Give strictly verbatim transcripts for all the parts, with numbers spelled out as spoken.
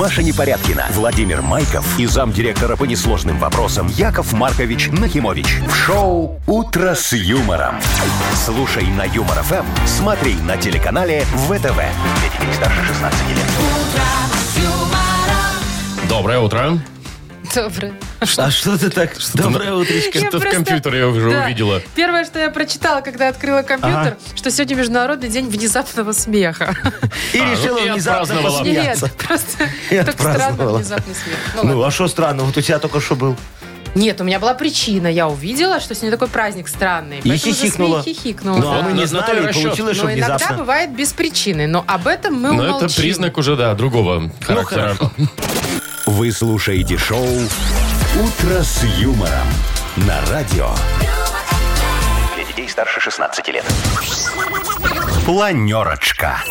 Маша Непорядкина, Владимир Майков и замдиректора по несложным вопросам Яков Маркович Нахимович. В шоу «Утро с юмором». Слушай на Юмор ФМ, смотри на телеканале ВТВ. Для детей старше шестнадцати лет. Доброе утро. Доброе. А что ты так? Доброе утречко. Что-то в просто- компьютере я уже Да. увидела. Первое, что я прочитала, когда открыла компьютер, что сегодня Международный день внезапного смеха. И А, решила и внезапно отпраздновала. Нет, посмеяться. просто И так странно отпраздновала. внезапный смех. Ну, Ну, ладно. а что странно? Вот у тебя только что был. Нет, у меня была причина. Я увидела, что сегодня такой праздник странный. И поэтому хихикнула. засме- хихикнула. Ну, а да. мы на- не на то и знали, и расчет. получилось, что Но иногда внезапно. бывает без причины. Но об этом мы Но умолчим. это признак уже, да, другого характера. Вы слушаете шоу «Утро с юмором» на радио. Для детей старше шестнадцати лет. Планерочка.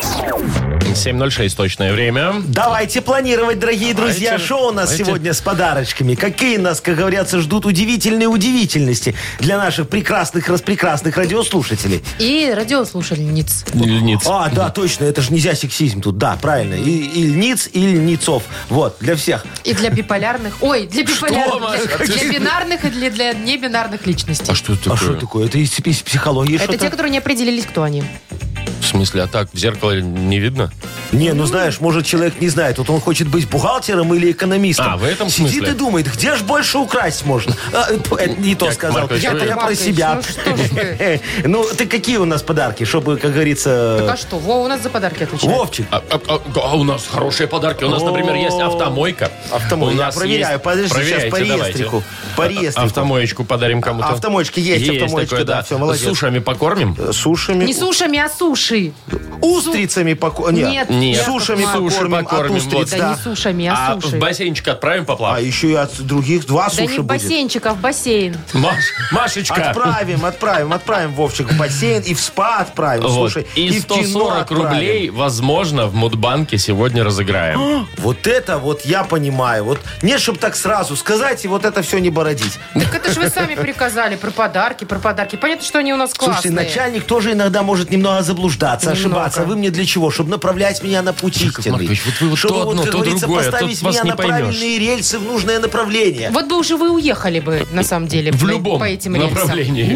семь ноль шесть точное время. Давайте планировать, дорогие Давайте. друзья. Что у нас Давайте. сегодня с подарочками? Какие нас, как говорится, ждут удивительные удивительности для наших прекрасных, распрекрасных радиослушателей? И радиослушательниц. Льниц. А, да, точно, это же нельзя сексизм тут. Да, правильно. И, и льниц, и льницов. Вот, для всех. И для биполярных. Ой, для биполярных. Маша, Для, для бинарных и для, для небинарных личностей. А что это А что такое? такое? Это из, из психологии Это что-то? те, которые не определились, кто они. В смысле, а так в зеркало не видно? Не, ну знаешь, может человек не знает, вот он хочет быть бухгалтером или экономистом. А, в этом Сидит смысле? и думает, где же больше украсть можно. А, это не то Яков сказал. Маркович, Это вы- я про Маркович, себя. ну что ж вы. Ну, ты какие у нас подарки, чтобы, как говорится... Так а что? Во, у нас за подарки отвечает. Вовчик, А, а- а- а у нас хорошие подарки. У нас, например, есть автомойка. Автомойка. У Я нас проверяю. есть- Подожди, сейчас Проверяйте, по давайте. реестрику. По А- реестрику. Автомоечку подарим кому-то. Автомоечки есть, автомоечки, такое, да, всё, молодец. С сушами покормим? сушами... Не сушами, а суши. Устрицами покормим. Нет. Нет. Сушами Суши покормим, от покормим, устриц, вот. Да, да. не сушами, а, А суши. в бассейнчик отправим А поплавать? еще и от других два Да суши не в будет. бассейнчик, а в бассейн. Маш- Машечка. Отправим, отправим, отправим, Вовчик, в бассейн и в спа отправим. Вот. Слушай, И в кино сто сорок отправим. рублей, возможно, в Мудбанке сегодня разыграем. Вот это вот я понимаю. Вот не, чтобы так сразу сказать и вот это все не бородить. Так это же вы сами приказали про подарки, про подарки. Понятно, что они у нас классные. Слушайте, начальник тоже иногда может немного заблуждаться, Немного. ошибаться. Вы мне для чего? Чтобы направлять меня на путь Яков истинный. Маркович, вот вы вот Чтобы то одно, как то говорится, другое, поставить тут вас меня не на поймешь. правильные рельсы в нужное направление. Вот бы уже вы уехали бы, на самом деле, В по- любом по этим рельсам. направлении.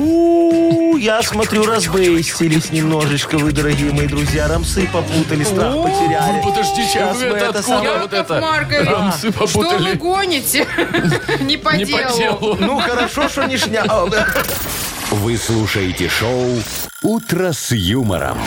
У, я смотрю, разбейстились немножечко вы, дорогие мои друзья. Рамсы попутали, страх потеряли. Подождите, Сейчас вы мы это это откуда самое- вот это? Маркович, Рамсы что вы попутали. гоните? Не по Не по делу. делу. Ну, хорошо, что не шня... А, да. Вы слушаете шоу «Утро с юмором»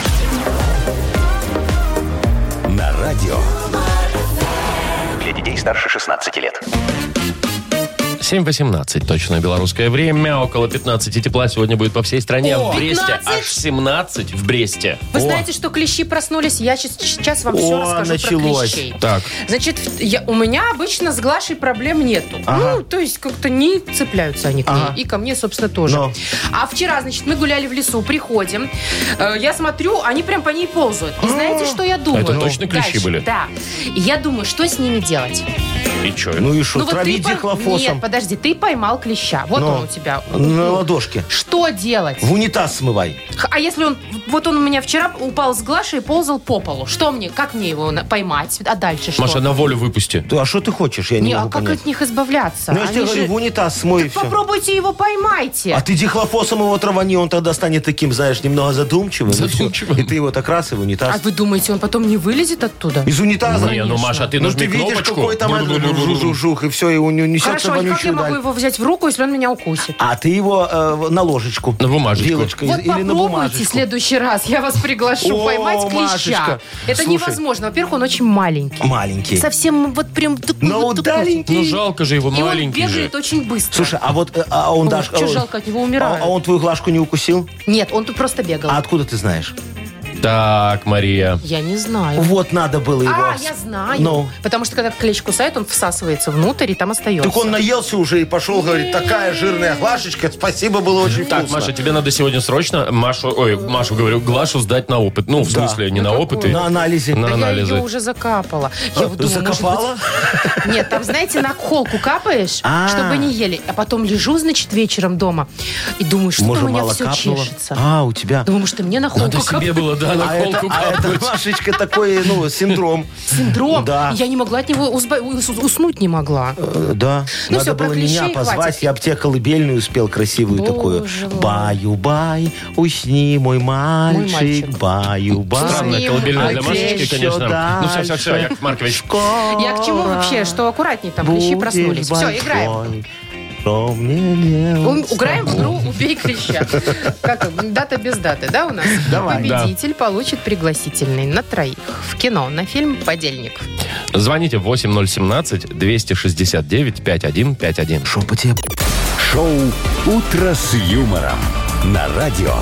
на радио. Для детей старше шестнадцати лет. семь восемнадцать, точное белорусское время. Около пятнадцати тепла сегодня будет по всей стране. О, в Бресте пятнадцать? аж семнадцать в Бресте. Вы знаете, что клещи проснулись? Я сейчас, сейчас вам все О, расскажу началось. про клещей. Так. Значит, я, у меня обычно с Глашей проблем нету. Ну, то есть как-то не цепляются они к ней. Ага. И ко мне, собственно, тоже. Но. А вчера, значит, мы гуляли в лесу, приходим. э, я смотрю, они прям по ней ползают. И знаете, что я думаю? Это точно клещи Дальше, были? Да. И я думаю, что с ними делать? И что? Ну и что, Ну, вот травить ты пой- дихлофосом? Нет, подожди, ты поймал клеща. Вот Но. он у тебя. На ладошке. Что делать? В унитаз смывай. Х- А если он... Вот он у меня вчера упал с Глаши и ползал по полу. Что мне? Как мне его на- поймать? А дальше что? Маша, на волю выпусти. Ты, а что ты хочешь? Я не, Не, а могу как понять. от них избавляться? Ну, я же тебе Они говорю, же- в унитаз смой и все. Попробуйте его поймайте. А ты дихлофосом его травани, он тогда станет таким, знаешь, немного задумчивым. и всё. Задумчивым. И ты его так раз и в унитаз. А вы думаете, он потом не вылезет оттуда? Из унитаза? Не, ну, Маша, ты Ну, нажми ты видишь, кнопочку. какой там Бру-бру-бру-бру-бру. жух-жух, и все, и у него несется Хорошо, а как я вонючую могу даль. его взять в руку, если он меня укусит? А ты его э, на ложечку. На бумажечку. Вилочкой Вот или на попробуйте в бумажечку. следующий раз. Я вас приглашу О, поймать клеща. Машечка, Это слушай. невозможно. Во-первых, он очень маленький. Маленький. Совсем вот прям такой Но вот такой. удаленький. Ну, жалко же его, И он маленький бегает же. очень быстро. Слушай, а вот э, а он Ой, даже... чё жалко, от него умирают. А, а он твою глажку не укусил? Нет, он тут просто бегал. А откуда ты знаешь? Так, Мария. Я не знаю. Вот надо было его... А, я знаю. Ну. Потому что когда клещ кусает, он всасывается внутрь и там остается. Так он наелся уже и пошел, говорит, такая жирная глашечка, спасибо, было очень Так, вкусно. Маша, тебе надо сегодня срочно Машу, ой, Машу, говорю, Глашу сдать на опыт. Ну, в Да. смысле, не Ну, на какой? опыты. На анализе. На Да я анализы. ее уже закапала. Я вот думаю, может Закопала? быть- Нет, там, знаете, на холку капаешь, А. чтобы не ели. А потом лежу, значит, вечером дома и думаю, что Может, у меня мало все капнуло? чешется. А, у тебя. Думаю, может, и мне на холку Надо себе капнуть. было да, А наколку это, а это, капнуть. Машечка, такой, ну, синдром. Синдром. Да. Я не могла от него узба- ус- уснуть не могла. Э, Да. Ну Надо всё, про было меня клещей позвать. хватит. Я бы тебе колыбельную спел красивую Боже такую. мой. Баю-бай, усни, мой мальчик. мальчик. Баю-бай. Странная колыбельная для А Машечки, еще конечно. Ну все, все, все, дальше. Яков Маркович. Я к чему вообще? Что аккуратней, там клещи Будешь проснулись. Все, играем. большой, что мне делать У- Играем в с игру тобой? «Убей клеща». Как, дата без даты, да, у нас? Давай. Победитель получит пригласительный на троих в кино на фильм «Подельник». Звоните восемь ноль семнадцать двести шестьдесят девять пятьдесят один пятьдесят один. Шо по тебе? Шоу «Утро с юмором» на радио.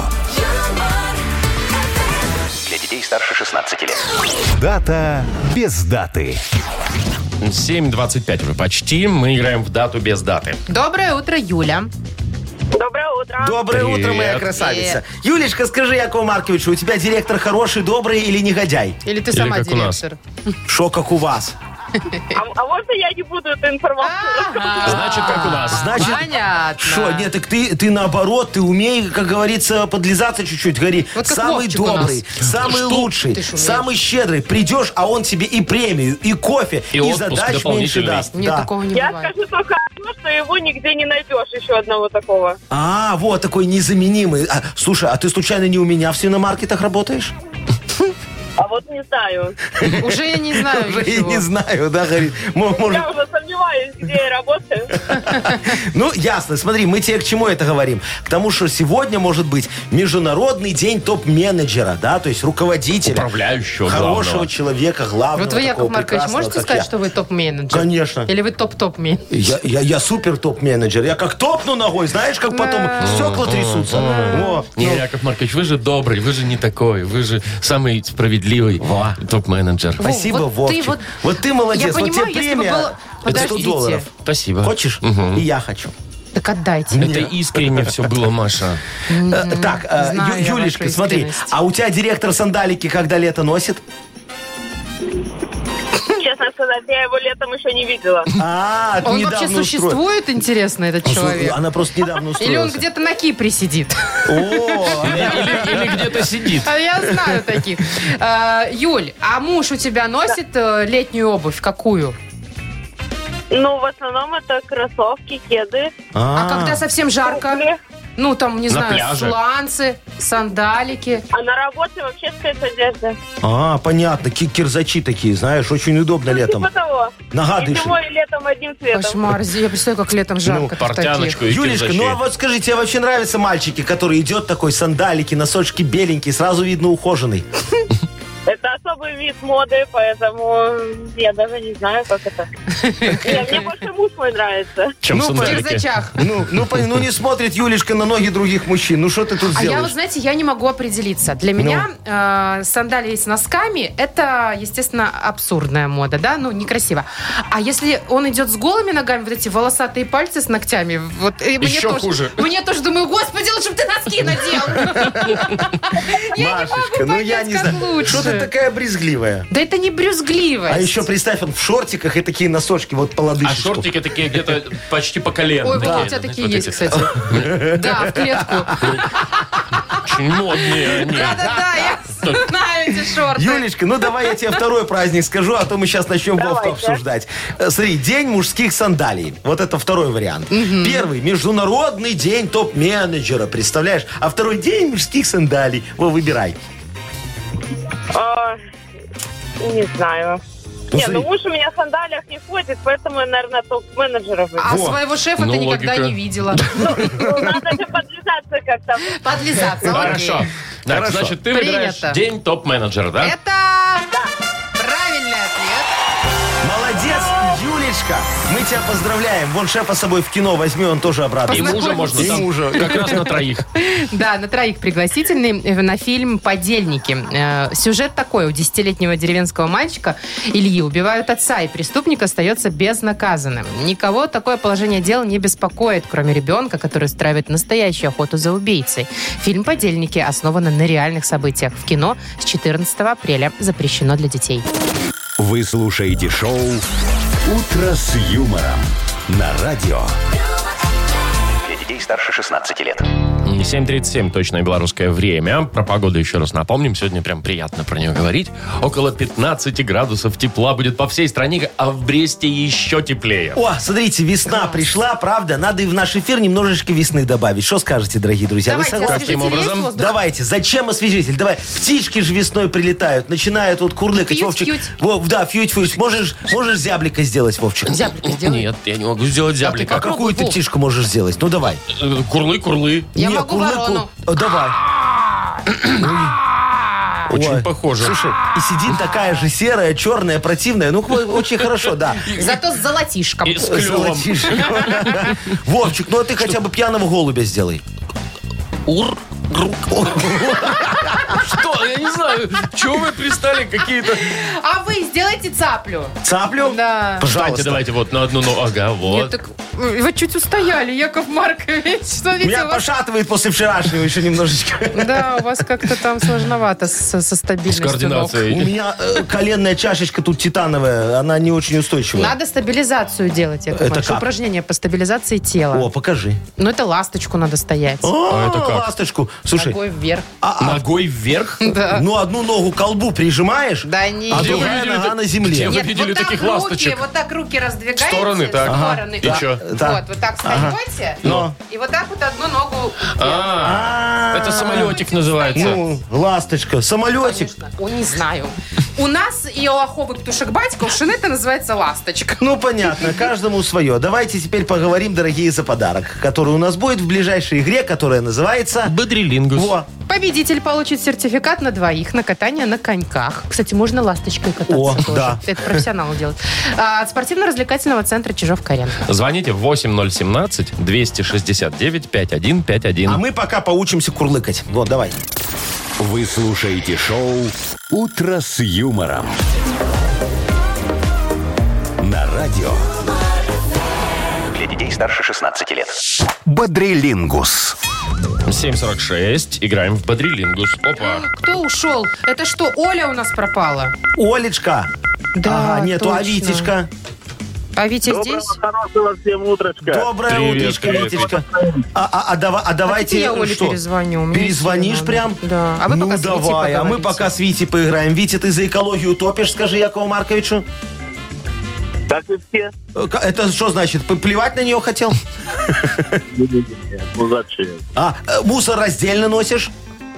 Для детей старше шестнадцати лет. Дата без даты. семь двадцать пять уже почти. Мы играем в дату без даты. Доброе утро, Юля. Доброе утро. Доброе Привет. утро, моя красавица. Юлечка, скажи, Якову Марковичу, у тебя директор хороший, добрый или негодяй? Или ты Или сама как у нас. директор? Шо, как у вас? А, а можно я не буду эту информацию рассказывать? Значит, как у нас. Значит, Понятно. Что, нет, так ты, ты наоборот, ты умей, как говорится, подлизаться чуть-чуть, говори. Вот как самый Вовчик у нас. добрый, самый лучший, Ты ж умеешь. самый щедрый. Придешь, а он тебе и премию, и кофе, И и, отпуск задач меньше дополнительный. даст. Нет, Да. такого не Я бывает. скажу только одно, что его нигде не найдешь, еще одного такого. А, вот такой незаменимый. А, слушай, а ты случайно не у меня в свиномаркетах работаешь? А вот не знаю. Уже я не знаю Уже и ничего. не знаю, да, говорит. Мо- Может, Я уже сомневаюсь, где я работаю. ну, ясно. Смотри, мы тебе к чему это говорим? К тому, что сегодня может быть Международный день топ-менеджера, да, то есть руководителя. Управляющего Хорошего главного. человека, главного. Вот вы, Яков такого Маркович, прекрасного, можете как сказать, я. что вы топ-менеджер? Конечно. Или вы топ-топ-менеджер? Я, я, я супер топ-менеджер. Я как топну ногой, знаешь, как потом Да. стекла трясутся. Во. Не, Ну, Яков Маркович, вы же добрый, вы же не такой, вы же самый справедливый Во. топ-менеджер. Во, Спасибо, вот ты Вовчик. вот- Вот ты молодец. Я Вот понимаю, тебе если бы премия было... сто Подождите. долларов. Спасибо. Хочешь? И я хочу. Так отдайте. Это искренне все было, Маша. Э, Так, э, Знаю Ю- я Юлечка, вашу смотри, искренность. а у тебя директор сандалики когда лето носит? Честно сказать, я его летом еще не видела. А, Он недавно вообще устроил. существует, интересно, этот Ну, человек? Она просто недавно устроилась. Или он где-то на Кипре сидит? О, Или, или где-то сидит. А я знаю таких. А, Юль, а муж у тебя носит э, летнюю обувь? Какую? Ну, в основном это кроссовки, кеды. А когда совсем жарко? туфли. Ну, там, не На знаю, пляже. сланцы, сандалики. А на работе вообще спецодежда. А, понятно, ки- кирзачи такие, знаешь, очень удобно летом. Типа того. Нога И дышит. зимой, и летом одним цветом. Кошмар. Я представляю, как летом жарко. в таких. Портяночку и Юлечка, кирзачи. ну а вот скажи, тебе вообще нравятся мальчики, который идет такой, сандалики, носочки беленькие, сразу видно ухоженный? Это особый вид моды, поэтому я даже не знаю, как это. Нет, мне больше муж мой нравится. Чем Ну, В сандалики. кирзачах. Ну, ну, пон- ну не смотрит Юлечка на ноги других мужчин. Ну что ты тут А я вот, сделаешь? знаете, я не могу определиться. Для меня э, сандалии с носками это, естественно, абсурдная мода, да, ну, некрасиво. А если он идет с голыми ногами, вот эти волосатые пальцы с ногтями, вот и мне Еще тоже, хуже. Мне тоже думаю, господи, лучше бы ты носки надел. Машечка, ну я понять, не как знаю. лучше. Что ты такая брезгливая? Да это не брюзгливость. А еще представь, он в шортиках и такие носочки вот по А лодыжечку. шортики такие где-то почти по колено. Ой, Вова, Да, у тебя вот такие эти. есть, кстати. Да, в клетку. Очень модные они. Да-да-да, я знаю эти шорты. Юлечка, ну давай я тебе второй праздник скажу, а то мы сейчас начнем Вовку Давайте. обсуждать. Э, Смотри, день мужских сандалий. Вот это второй вариант. Первый, международный день топ-менеджера, представляешь? А второй день мужских сандалий. Во, выбирай. А, не знаю. Ну, Нет, ну смотри. муж у меня в сандалиях не ходит, поэтому, наверное, топ-менеджеров. А Во. своего шефа Ну, ты никогда логика. не видела. Ну, надо же подлизаться как-то. Подлизаться, окей. Хорошо. Так, Хорошо. значит, ты выбираешь Принято. день топ-менеджера, да? Это правильный ответ. Молодец, Юлечка. Мы тебя поздравляем. Вон шефа с собой в кино возьми, он тоже И обрадуется. мужа можно И там мужа. как раз на троих. Да, на троих пригласительный на фильм «Подельники». Э, Сюжет такой. У десятилетнего деревенского мальчика Ильи убивают отца, и преступник остается безнаказанным. Никого такое положение дел не беспокоит, кроме ребенка, который устраивает настоящую охоту за убийцей. Фильм «Подельники» основан на реальных событиях. В кино с четырнадцатого апреля. Запрещено для детей. Вы слушаете шоу «Утро с юмором» на радио. Для детей старше шестнадцати лет. семь тридцать семь точное белорусское время. Про погоду еще раз напомним. Сегодня прям приятно про нее говорить. Около пятнадцати градусов тепла будет по всей стране, а в Бресте еще теплее. О, смотрите, весна пришла, правда? Надо и в наш эфир немножечко весны добавить. Что скажете, дорогие друзья? Давайте, Вы согласны? Каким освежитель есть образом? воздух? Давайте, зачем освежитель? Давай, птички же весной прилетают, начинают вот курлыкать. Фьють, Вовчик, фьють. Вов, да, фьють-фьють. Можешь, можешь зяблика сделать, Вовчик? Зяблика сделай. Нет, я не могу сделать А зяблика. попробуй, какую ты Вов. птичку можешь сделать? Ну, давай. Э, Курлы-курлы. Я Не, могу курлыку- ворону. О, давай. Очень Ой. похоже. Слушай, и сидит такая же серая, черная, противная. Ну, очень хорошо, да. Зато с золотишком. И с клювом. Золотишко. Вовчик, ну а ты хотя бы пьяного голубя сделай. Ур. Что? Я не знаю. Чего вы пристали какие-то... А вы сделайте цаплю. Цаплю? Да. Встаньте, Пожалуйста. давайте вот на одну ногу. Ага, Нет, вот. так вы чуть устояли, Яков Маркович. Смотрите, Меня у вас... пошатывает после вчерашнего еще немножечко. Да, у вас как-то там сложновато со, со С стабильностью ног. У координацией. меня э, коленная чашечка тут титановая, она не очень устойчивая. Надо стабилизацию делать, Яков Это Маркович. как? Упражнение по стабилизации тела. О, покажи. Ну, это ласточку надо стоять. О, это как? ласточку. Слушай, Ногой вверх. а, а, Ногой вверх? Да. ну одну ногу к колбу прижимаешь, Да не. а Где вы другая видели нога так- на земле. Где вы Нет, видели вот так таких руки, ласточек? вот так руки раздвигаете. В стороны так. в Ага. стороны. И чё? Да. Вот, вот так встаете. Но. И вот так вот одну ногу. А, это самолетик называется. Ну, ласточка, самолетик. Конечно. О, не знаю. У нас и у Аховы Птушек Батька, у Шины это называется ласточка. Ну, понятно, каждому свое. Давайте теперь поговорим, дорогие, за подарок, который у нас будет в ближайшей игре, которая называется... Бодрилингус. Во. Победитель получит сертификат на двоих на катание на коньках. Кстати, можно ласточкой кататься О, тоже. да. Это профессионалы делают. А, От спортивно-развлекательного центра Чижов-Карен. Звоните восемь ноль семнадцать двести шестьдесят девять пятьдесят один пятьдесят один. А мы пока поучимся курлыкать. Вот, давай. Вы слушаете шоу «Утро с юмором». На радио. Для детей старше шестнадцати лет. Бодрилингус. семь сорок шесть. Играем в Бодрилингус. Опа. Кто ушел? Это что, Оля у нас пропала? Олечка. Да, Ага, нету, точно. а Витечка. А Витя Доброго, здесь? хорошего всем утрочка. Доброе Привет, утречко, привет, Витечка. А, а, а, дава- а давайте... я Оле что? перезвоню, у меня Перезвонишь сил прям? надо. Да. А вы ну, пока с Витей давай, а мы поговорите. пока с Витей поиграем. Витя, ты за экологию топишь, скажи Якову Марковичу. Как и все. Э, ка- Это что значит? П- Плевать на нее хотел? Ну зачем? А, э, мусор раздельно носишь?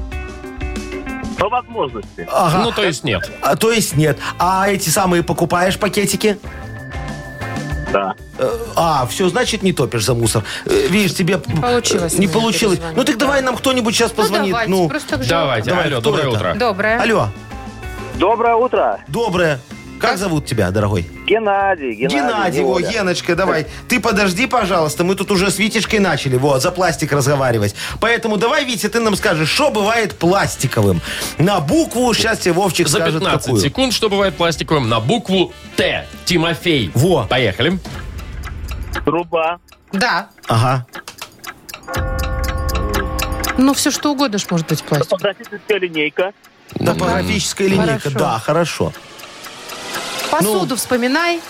По возможности. Ага. Ну, то есть нет. А, то есть нет. А эти самые покупаешь пакетики? Да. Э, А, все, значит, не топишь за мусор. Э, Видишь, тебе... Получилось Не мне получилось. перезвонить, Ну так да. давай нам кто-нибудь сейчас Ну, позвонит. давайте, Ну, просто так жалко. Давайте. Давай, Алло, кто доброе это? утро. Доброе. алло, Доброе утро. доброе. Как зовут тебя, дорогой? Геннадий. Геннадий, Геннадий, не о, Оля. Геночка, давай. Ты подожди, пожалуйста, мы тут уже с Витечкой начали, вот, за пластик разговаривать. Поэтому давай, Витя, ты нам скажешь, что бывает пластиковым. На букву, сейчас тебе Вовчик За скажет пятнадцать какую. секунд, что бывает пластиковым, на букву Т. Тимофей. Во. Поехали. Труба. Да. Ага. Ну, все что угодно ж может быть пластик. Фотографическая линейка. Топографическая линейка, Хорошо. да, хорошо. Посуду вспоминай.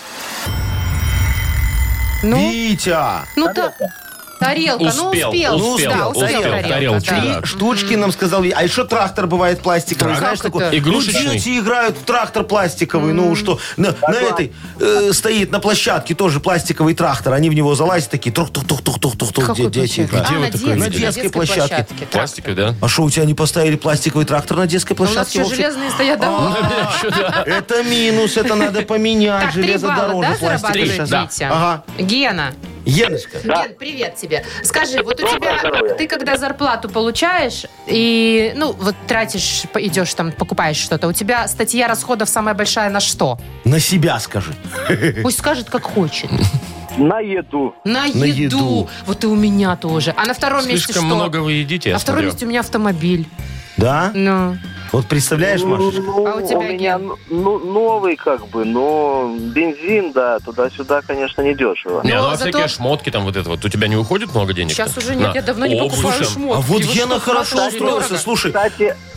Ну, Витя! ну да. Тарелка, Успел, ну успел. успел, да, успел, успел, тарелка, тарелочка, да. да. Три штучки нам сказал. А еще трактор бывает пластиковый. Трактор? Знаешь, Как такой. это? Игрушечный? Ну, дети играют в трактор пластиковый. Ну что, на, на этой э, стоит на площадке тоже пластиковый трактор. Они в него залазят такие. Тух-тух-тух-тух-тух-тух. Какой Дети площадке? играют. А, вы на такой детской, видели? На детской площадке. так. Пластиковый, да? А что, у тебя не поставили пластиковый трактор на детской У нас площадке? еще Вовчик? железные стоят дома. Это минус, это надо поменять. Так, три балла, Железодорожный да, пластик. зарабатывает Три, да. Витя? Ага. Гена. Еночка. Да. Ген, привет тебе. Скажи, вот у Доброе тебя, здоровье. ты когда зарплату получаешь и, ну, вот тратишь, по- идешь там, покупаешь что-то, у тебя статья расходов самая большая на что? На себя скажи. Пусть скажет, как хочет. На еду. На еду. На еду. Вот и у меня тоже. А на втором месте Слишком что? много вы едите, я На втором смотрю. месте у меня автомобиль. Да? Ну. Вот представляешь, Машечка? Ну, А у тебя, меня Ген? ну, новый как бы, но бензин, да, туда-сюда, конечно, не дешево. Не, ну Но а зато- всякие шмотки там вот это вот. У тебя не уходит много денег? Сейчас уже нет, я давно не покупаю шмотки. А вот Вы Гена что, хорошо Маша, устроился. дорого? Слушай, Кстати,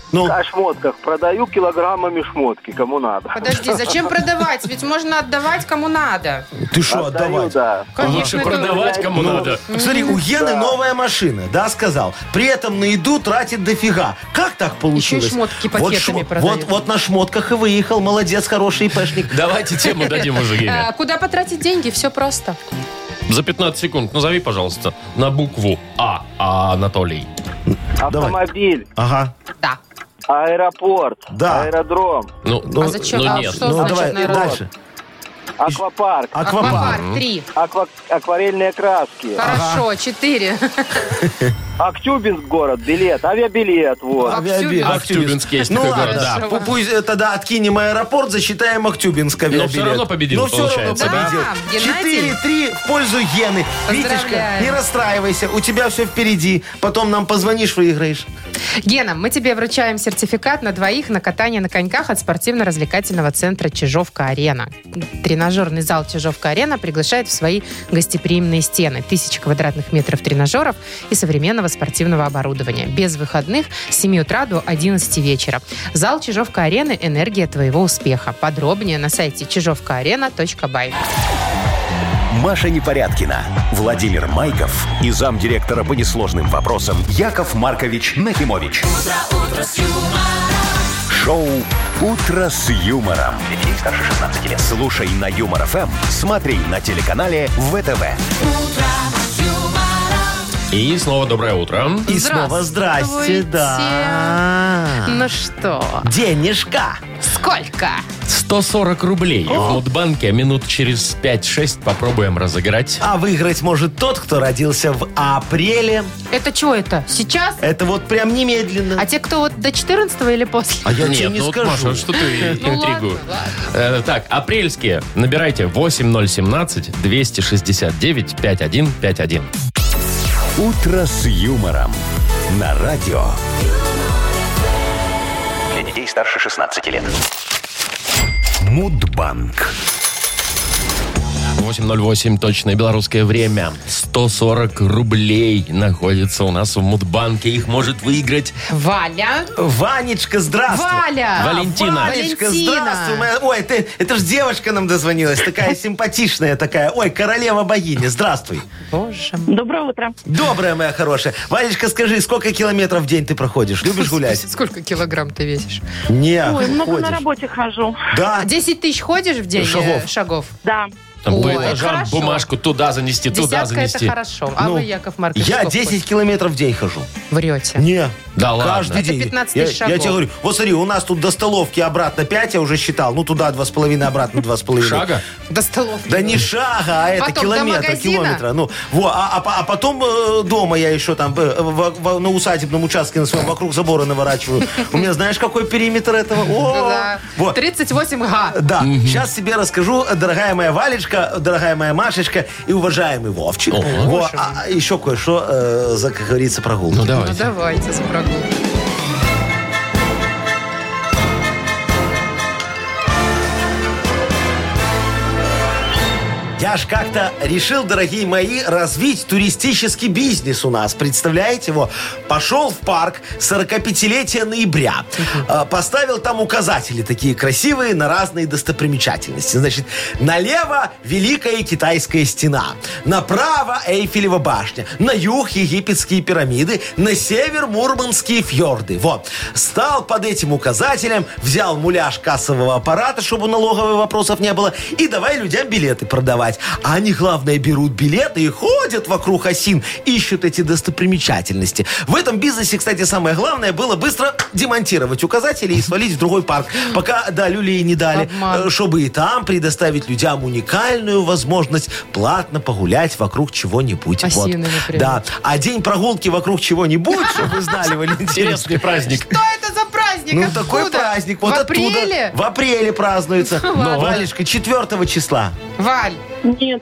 Ну, О шмотках. Продаю килограммами шмотки, кому надо. Подожди, зачем продавать? Ведь можно отдавать кому надо. ты что, Отдаю, отдавать? да. Лучше это- продавать кому надо. Смотри, у Гены новая машина, да, сказал. При этом на еду тратит дофига. Как так получилось? Еще и шмотки вот, пакетами шмо- продает. вот, вот на шмотках и выехал. Молодец, хороший ИПшник. Давайте тему дадим уже, А, Гене. куда потратить деньги? Все просто. За пятнадцать секунд назови, пожалуйста, на букву А. А, Анатолий. Автомобиль, Ага, Да. аэропорт, Да. аэродром, Ну, А зачем? ну А нет. что ну значит давай, аэропорт? дальше. аквапарк, Аквапарк. Аквапарк. Три. аква- акварельные краски, Хорошо. Четыре. Актюбинск город, билет, авиабилет, вот. Актюбинск. Актюбинск есть Ну такой ладно, город, да. пу- пусть э, тогда откинем аэропорт, засчитаем Актюбинск авиабилет. всё равно победил, Но все равно получается, да? победил. Да, Геннадий. четыре-три в пользу Гены. Витечка, Поздравляем. не расстраивайся, у тебя все впереди. Потом нам позвонишь, выиграешь. Гена, мы тебе вручаем сертификат на двоих на катание на коньках от спортивно-развлекательного центра «Чижовка-арена». Тренажерный зал «Чижовка-арена» приглашает в свои гостеприимные стены. Тысячи квадратных метров тренажеров и современного спортивного оборудования. Без выходных с семи утра до одиннадцати вечера. Зал «Чижовка-арены» – энергия твоего успеха. Подробнее на сайте чижовка арена точка бай. Маша Непорядкина, Владимир Майков и замдиректора по несложным вопросам Яков Маркович Нахимович. Шоу «Утро с юмором». Для детей старше шестнадцати лет. Слушай на Юмор ФМ, смотри на телеканале ВТВ. И снова доброе утро. И снова здрасте, Здравствуйте. да. Ну что, Денежка. сколько? сто сорок рублей в Мудбанке минут через пять-шесть попробуем разыграть. А выиграть может тот, кто родился в апреле. Это что это? Сейчас? Это вот прям немедленно. А те, кто вот до четырнадцатого или после? А я тебе Нет, не ну вот, скажу. Маша, что ты Ну интригуешь? ладно, Э, так, апрельские. Набирайте восемь ноль семнадцать двести шестьдесят девять пятьдесят один пятьдесят один. «Утро с юмором» на радио. Для детей старше шестнадцати лет. Мудбанк. восемь ноль восемь, точное белорусское время. сто сорок рублей находится у нас в Мудбанке. Их может выиграть Валя. Ванечка, здравствуй. Валя. Валентина. Валечка, Валентина. здравствуй. моя- Ой, ты, это ж девочка нам дозвонилась, такая симпатичная такая. Ой, королева-богиня, здравствуй. Боже мой. Доброе утро. Добрая моя хорошая. Валечка, скажи, сколько километров в день ты проходишь? Любишь гулять? Сколько килограмм ты весишь? Не, Ой, много ходишь. на работе хожу. Да. десять тысяч ходишь в день? Шагов. э, Шагов. Да. Там по Ой, этажам хорошо. бумажку туда занести, туда Десятка занести. это хорошо. А Ну, вы, Яков Маркович, Я сколько десять километров в день хожу. врете? Не. Да ладно. Каждый Это день. пятнадцать я, тысяч я шагов. тебе говорю, вот смотри, у нас тут до столовки обратно пять, я уже считал. Ну, туда два с половиной, обратно два с половиной. Шага? До столовки. Да не шага, а это Потом до километра, магазина? километра. Ну, во, а, а, по- а потом э, дома я еще там э, в- в- на усадебном участке на своем вокруг забора наворачиваю. У меня знаешь, какой периметр этого? О, Да. вот. тридцать восемь га. Да, сейчас тебе расскажу, дорогая моя Валечка, дорогая моя Машечка и уважаемый Вовчик. Ого. Во, а, а еще кое-что, э, за, как говорится, прогулки. Ну Ну давайте. давайте за прогулку. Я ж как-то решил, дорогие мои, развить туристический бизнес у нас. Представляете его? Пошел в парк сорокапятилетия ноября. Э, Поставил там указатели такие красивые на разные достопримечательности. Значит, налево Великая Китайская стена. Направо Эйфелева башня. На юг египетские пирамиды. На север Мурманские фьорды. Вот. Стал под этим указателем, взял муляж кассового аппарата, чтобы налоговых вопросов не было, и давай людям билеты продавать. А они, главное, берут билеты и ходят вокруг осин, ищут эти достопримечательности. В этом бизнесе, кстати, самое главное было быстро демонтировать указатели и свалить в другой парк, пока, да, люлей не дали, Обман. э, чтобы и там предоставить людям уникальную возможность платно погулять вокруг чего-нибудь. Вот. Осины, например. Да. А день прогулки вокруг чего-нибудь, чтобы вы знали, Валентин. Интересный праздник. Что это за праздник? Ну, Откуда? такой праздник. Вот В оттуда. апреле? В апреле празднуется. Ладно. Валечка, четвертого числа. Валь, Нет.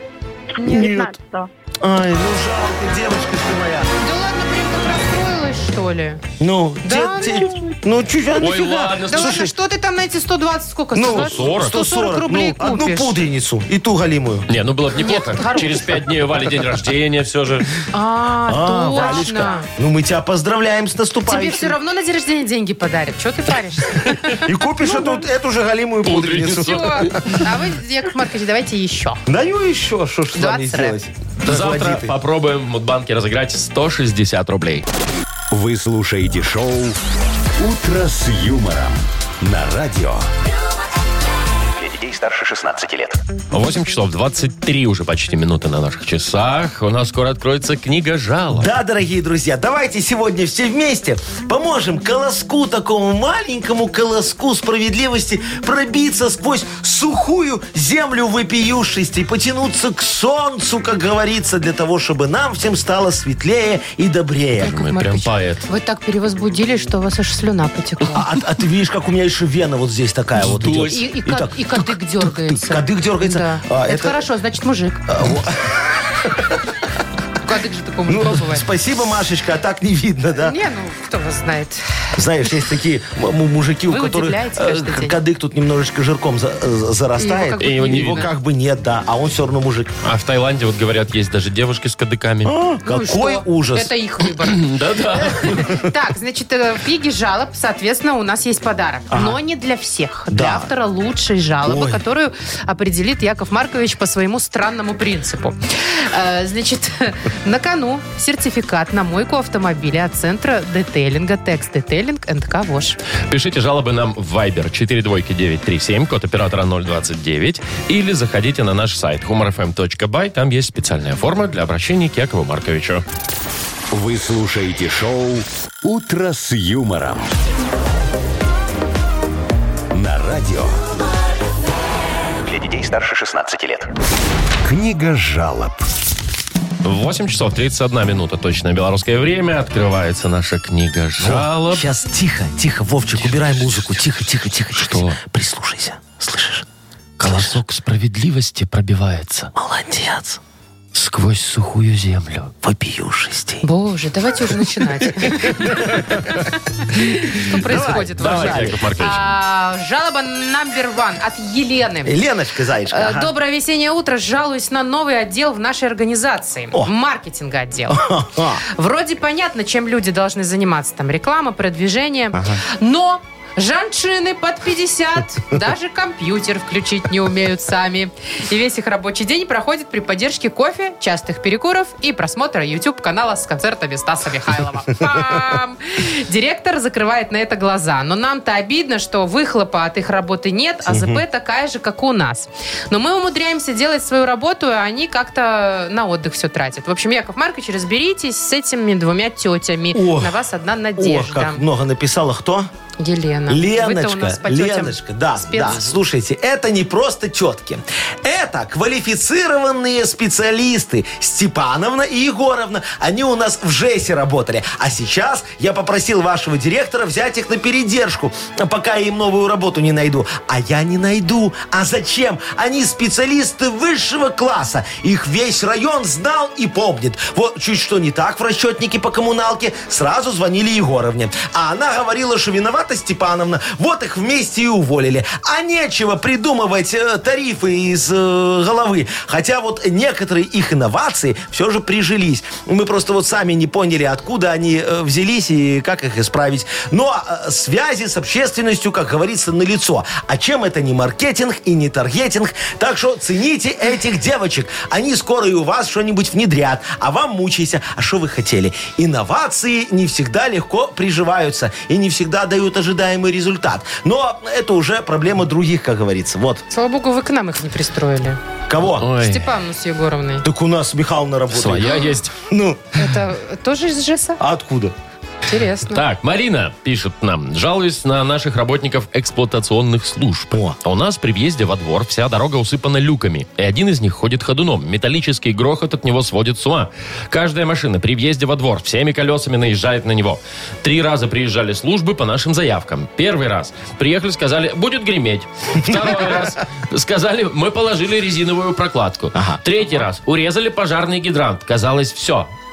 девятнадцатого. Ай, ну жалко, девочка ты моя. да ладно, прям так расстроилась, что что ли? Ну, Да, те- ну. те- ну, чуть, а Ой, нифига. ладно, Да слушай, ладно, что ты там на эти сто двадцать, сколько? Ну, сто сорок. сто сорок рублей ну, одну купишь. пудреницу и ту галимую. Не, ну было бы неплохо. Нет, хорош. Через пять дней у Вали день рождения все же. А, А, точно. Валечка, ну мы тебя поздравляем с Тебе наступающим. все равно на день рождения деньги подарят. Чего ты паришься? И купишь эту, эту же галимую пудреницу. Все. А вы, Яков Маркович, давайте еще. Даю еще, что ж с вами двадцать сделать. Завтра Бандиты. попробуем в Мудбанке разыграть сто шестьдесят рублей. Вы слушаете шоу «Утро с юмором» на радио. Для детей старше шестнадцати лет. восемь часов двадцать три уже почти минуты на наших часах. У нас скоро откроется книга жалоб. Да, дорогие друзья, давайте сегодня все вместе поможем колоску, такому маленькому колоску справедливости пробиться сквозь сухую землю вопиюшести, потянуться к солнцу, как говорится, для того, чтобы нам всем стало светлее и добрее. Яков Мы прям Маркович, поэт. Вы так перевозбудили, что у вас аж слюна потекла. А, а ты видишь, как у меня еще вена вот здесь такая вот идет. И, и, И ка- так, и кадык дергается. кадык дергается? Да. А, это, это- хорошо, значит, мужик. А, вот. Кадык же такому Ну, не пробовать. спасибо, Машечка, а так не видно, да? Не, ну, кто вас знает. Знаешь, есть такие м- м- мужики, у Вы которых удивляете э, каждый день. кадык тут немножечко жирком за- э, зарастает. Его как бы И его не не Его видно. как бы нет, да, а он все равно мужик. А в Таиланде, вот говорят, есть даже девушки с кадыками. Ну и Какой что? ужас. Это их выбор. Да-да. Так, значит, э, в книге жалоб, соответственно, у нас есть подарок. Но не для всех. Для Да. автора лучшей жалобы, Ой. которую определит Яков Маркович по своему странному принципу. Э, Значит, на кону сертификат на мойку автомобиля от центра детейлинга Текс Детейлинг энд ка Вош. Пишите жалобы нам в Viber четыре двойки девять три семь, код оператора ноль двадцать девять. Или заходите на наш сайт humor f m точка by. Там есть специальная форма для обращения к Якову Марковичу. Вы слушаете шоу «Утро с юмором» на радио. Для детей старше шестнадцати лет. Книга жалоб. восемь часов тридцать одна минута, точное белорусское время. Открывается наша книга жалоб. Сейчас тихо, тихо, Вовчик, убирай музыку. Тихо, тихо, тихо. Что? тихо. Прислушайся. Слышишь? Колосок справедливости пробивается Молодец. сквозь сухую землю. Вопиюшести. Боже, давайте уже начинать. Что происходит в Давайте, жалобе? Яков Маркович. А, Жалоба номер один от Елены. Леночка, Заячка. Э, ага. Доброе весеннее утро. Жалуюсь на новый отдел в нашей организации. О. Маркетинг отдел. Ха. Вроде понятно, чем люди должны заниматься. Там реклама, продвижение. Но жанчины под пятьдесят даже компьютер включить не умеют сами. И весь их рабочий день проходит при поддержке кофе, частых перекуров и просмотра YouTube-канала с концертами Стаса Михайлова. Пам! Директор закрывает на это глаза. Но нам-то обидно, что выхлопа от их работы нет, а ЗП такая же, как у нас. Но мы умудряемся делать свою работу, а они как-то на отдых все тратят. В общем, Яков Маркович, разберитесь с этими двумя тетями. О. На вас одна О, надежда. как много написала. Кто? Елена. Вы-то у Леночка, нас по тетям Леночка, да, спец. да. Слушайте, это не просто тетки. Это квалифицированные специалисты. Степановна и Егоровна. Они у нас в ЖЭСе работали. А сейчас я попросил вашего директора взять их на передержку, пока я им новую работу не найду. А я не найду. А зачем? Они специалисты высшего класса. Их весь район знал и помнит. Вот чуть что не так в расчетнике по коммуналке, сразу звонили Егоровне. А она говорила, что виновата Степановна. Вот их вместе и уволили. А нечего придумывать э, тарифы из э, головы. Хотя вот некоторые их инновации все же прижились. Мы просто вот сами не поняли, откуда они э, взялись и как их исправить. Но э, связи с общественностью, как говорится, налицо. А чем это не маркетинг и не таргетинг? Так что цените этих девочек. Они скоро и у вас что-нибудь внедрят. А вам мучайся. А что вы хотели? Инновации не всегда легко приживаются и не всегда дают ожидаемый результат. Но это уже проблема других, как говорится. Вот. Слава богу, вы к нам их не пристроили. Кого? Ой, Степану с Егоровной. Так у нас Михайловна работает. своя есть. Ну, Это тоже из ЖЭСа? а откуда? Интересно. Так, Марина пишет нам. Жалуюсь на наших работников эксплуатационных служб. А у нас при въезде во двор вся дорога усыпана люками. И один из них ходит ходуном. Металлический грохот от него сводит с ума. Каждая машина при въезде во двор всеми колесами наезжает на него. Три раза приезжали службы по нашим заявкам. Первый раз приехали, сказали, будет греметь. Второй раз сказали, мы положили резиновую прокладку. Третий раз урезали пожарный гидрант. Казалось, все.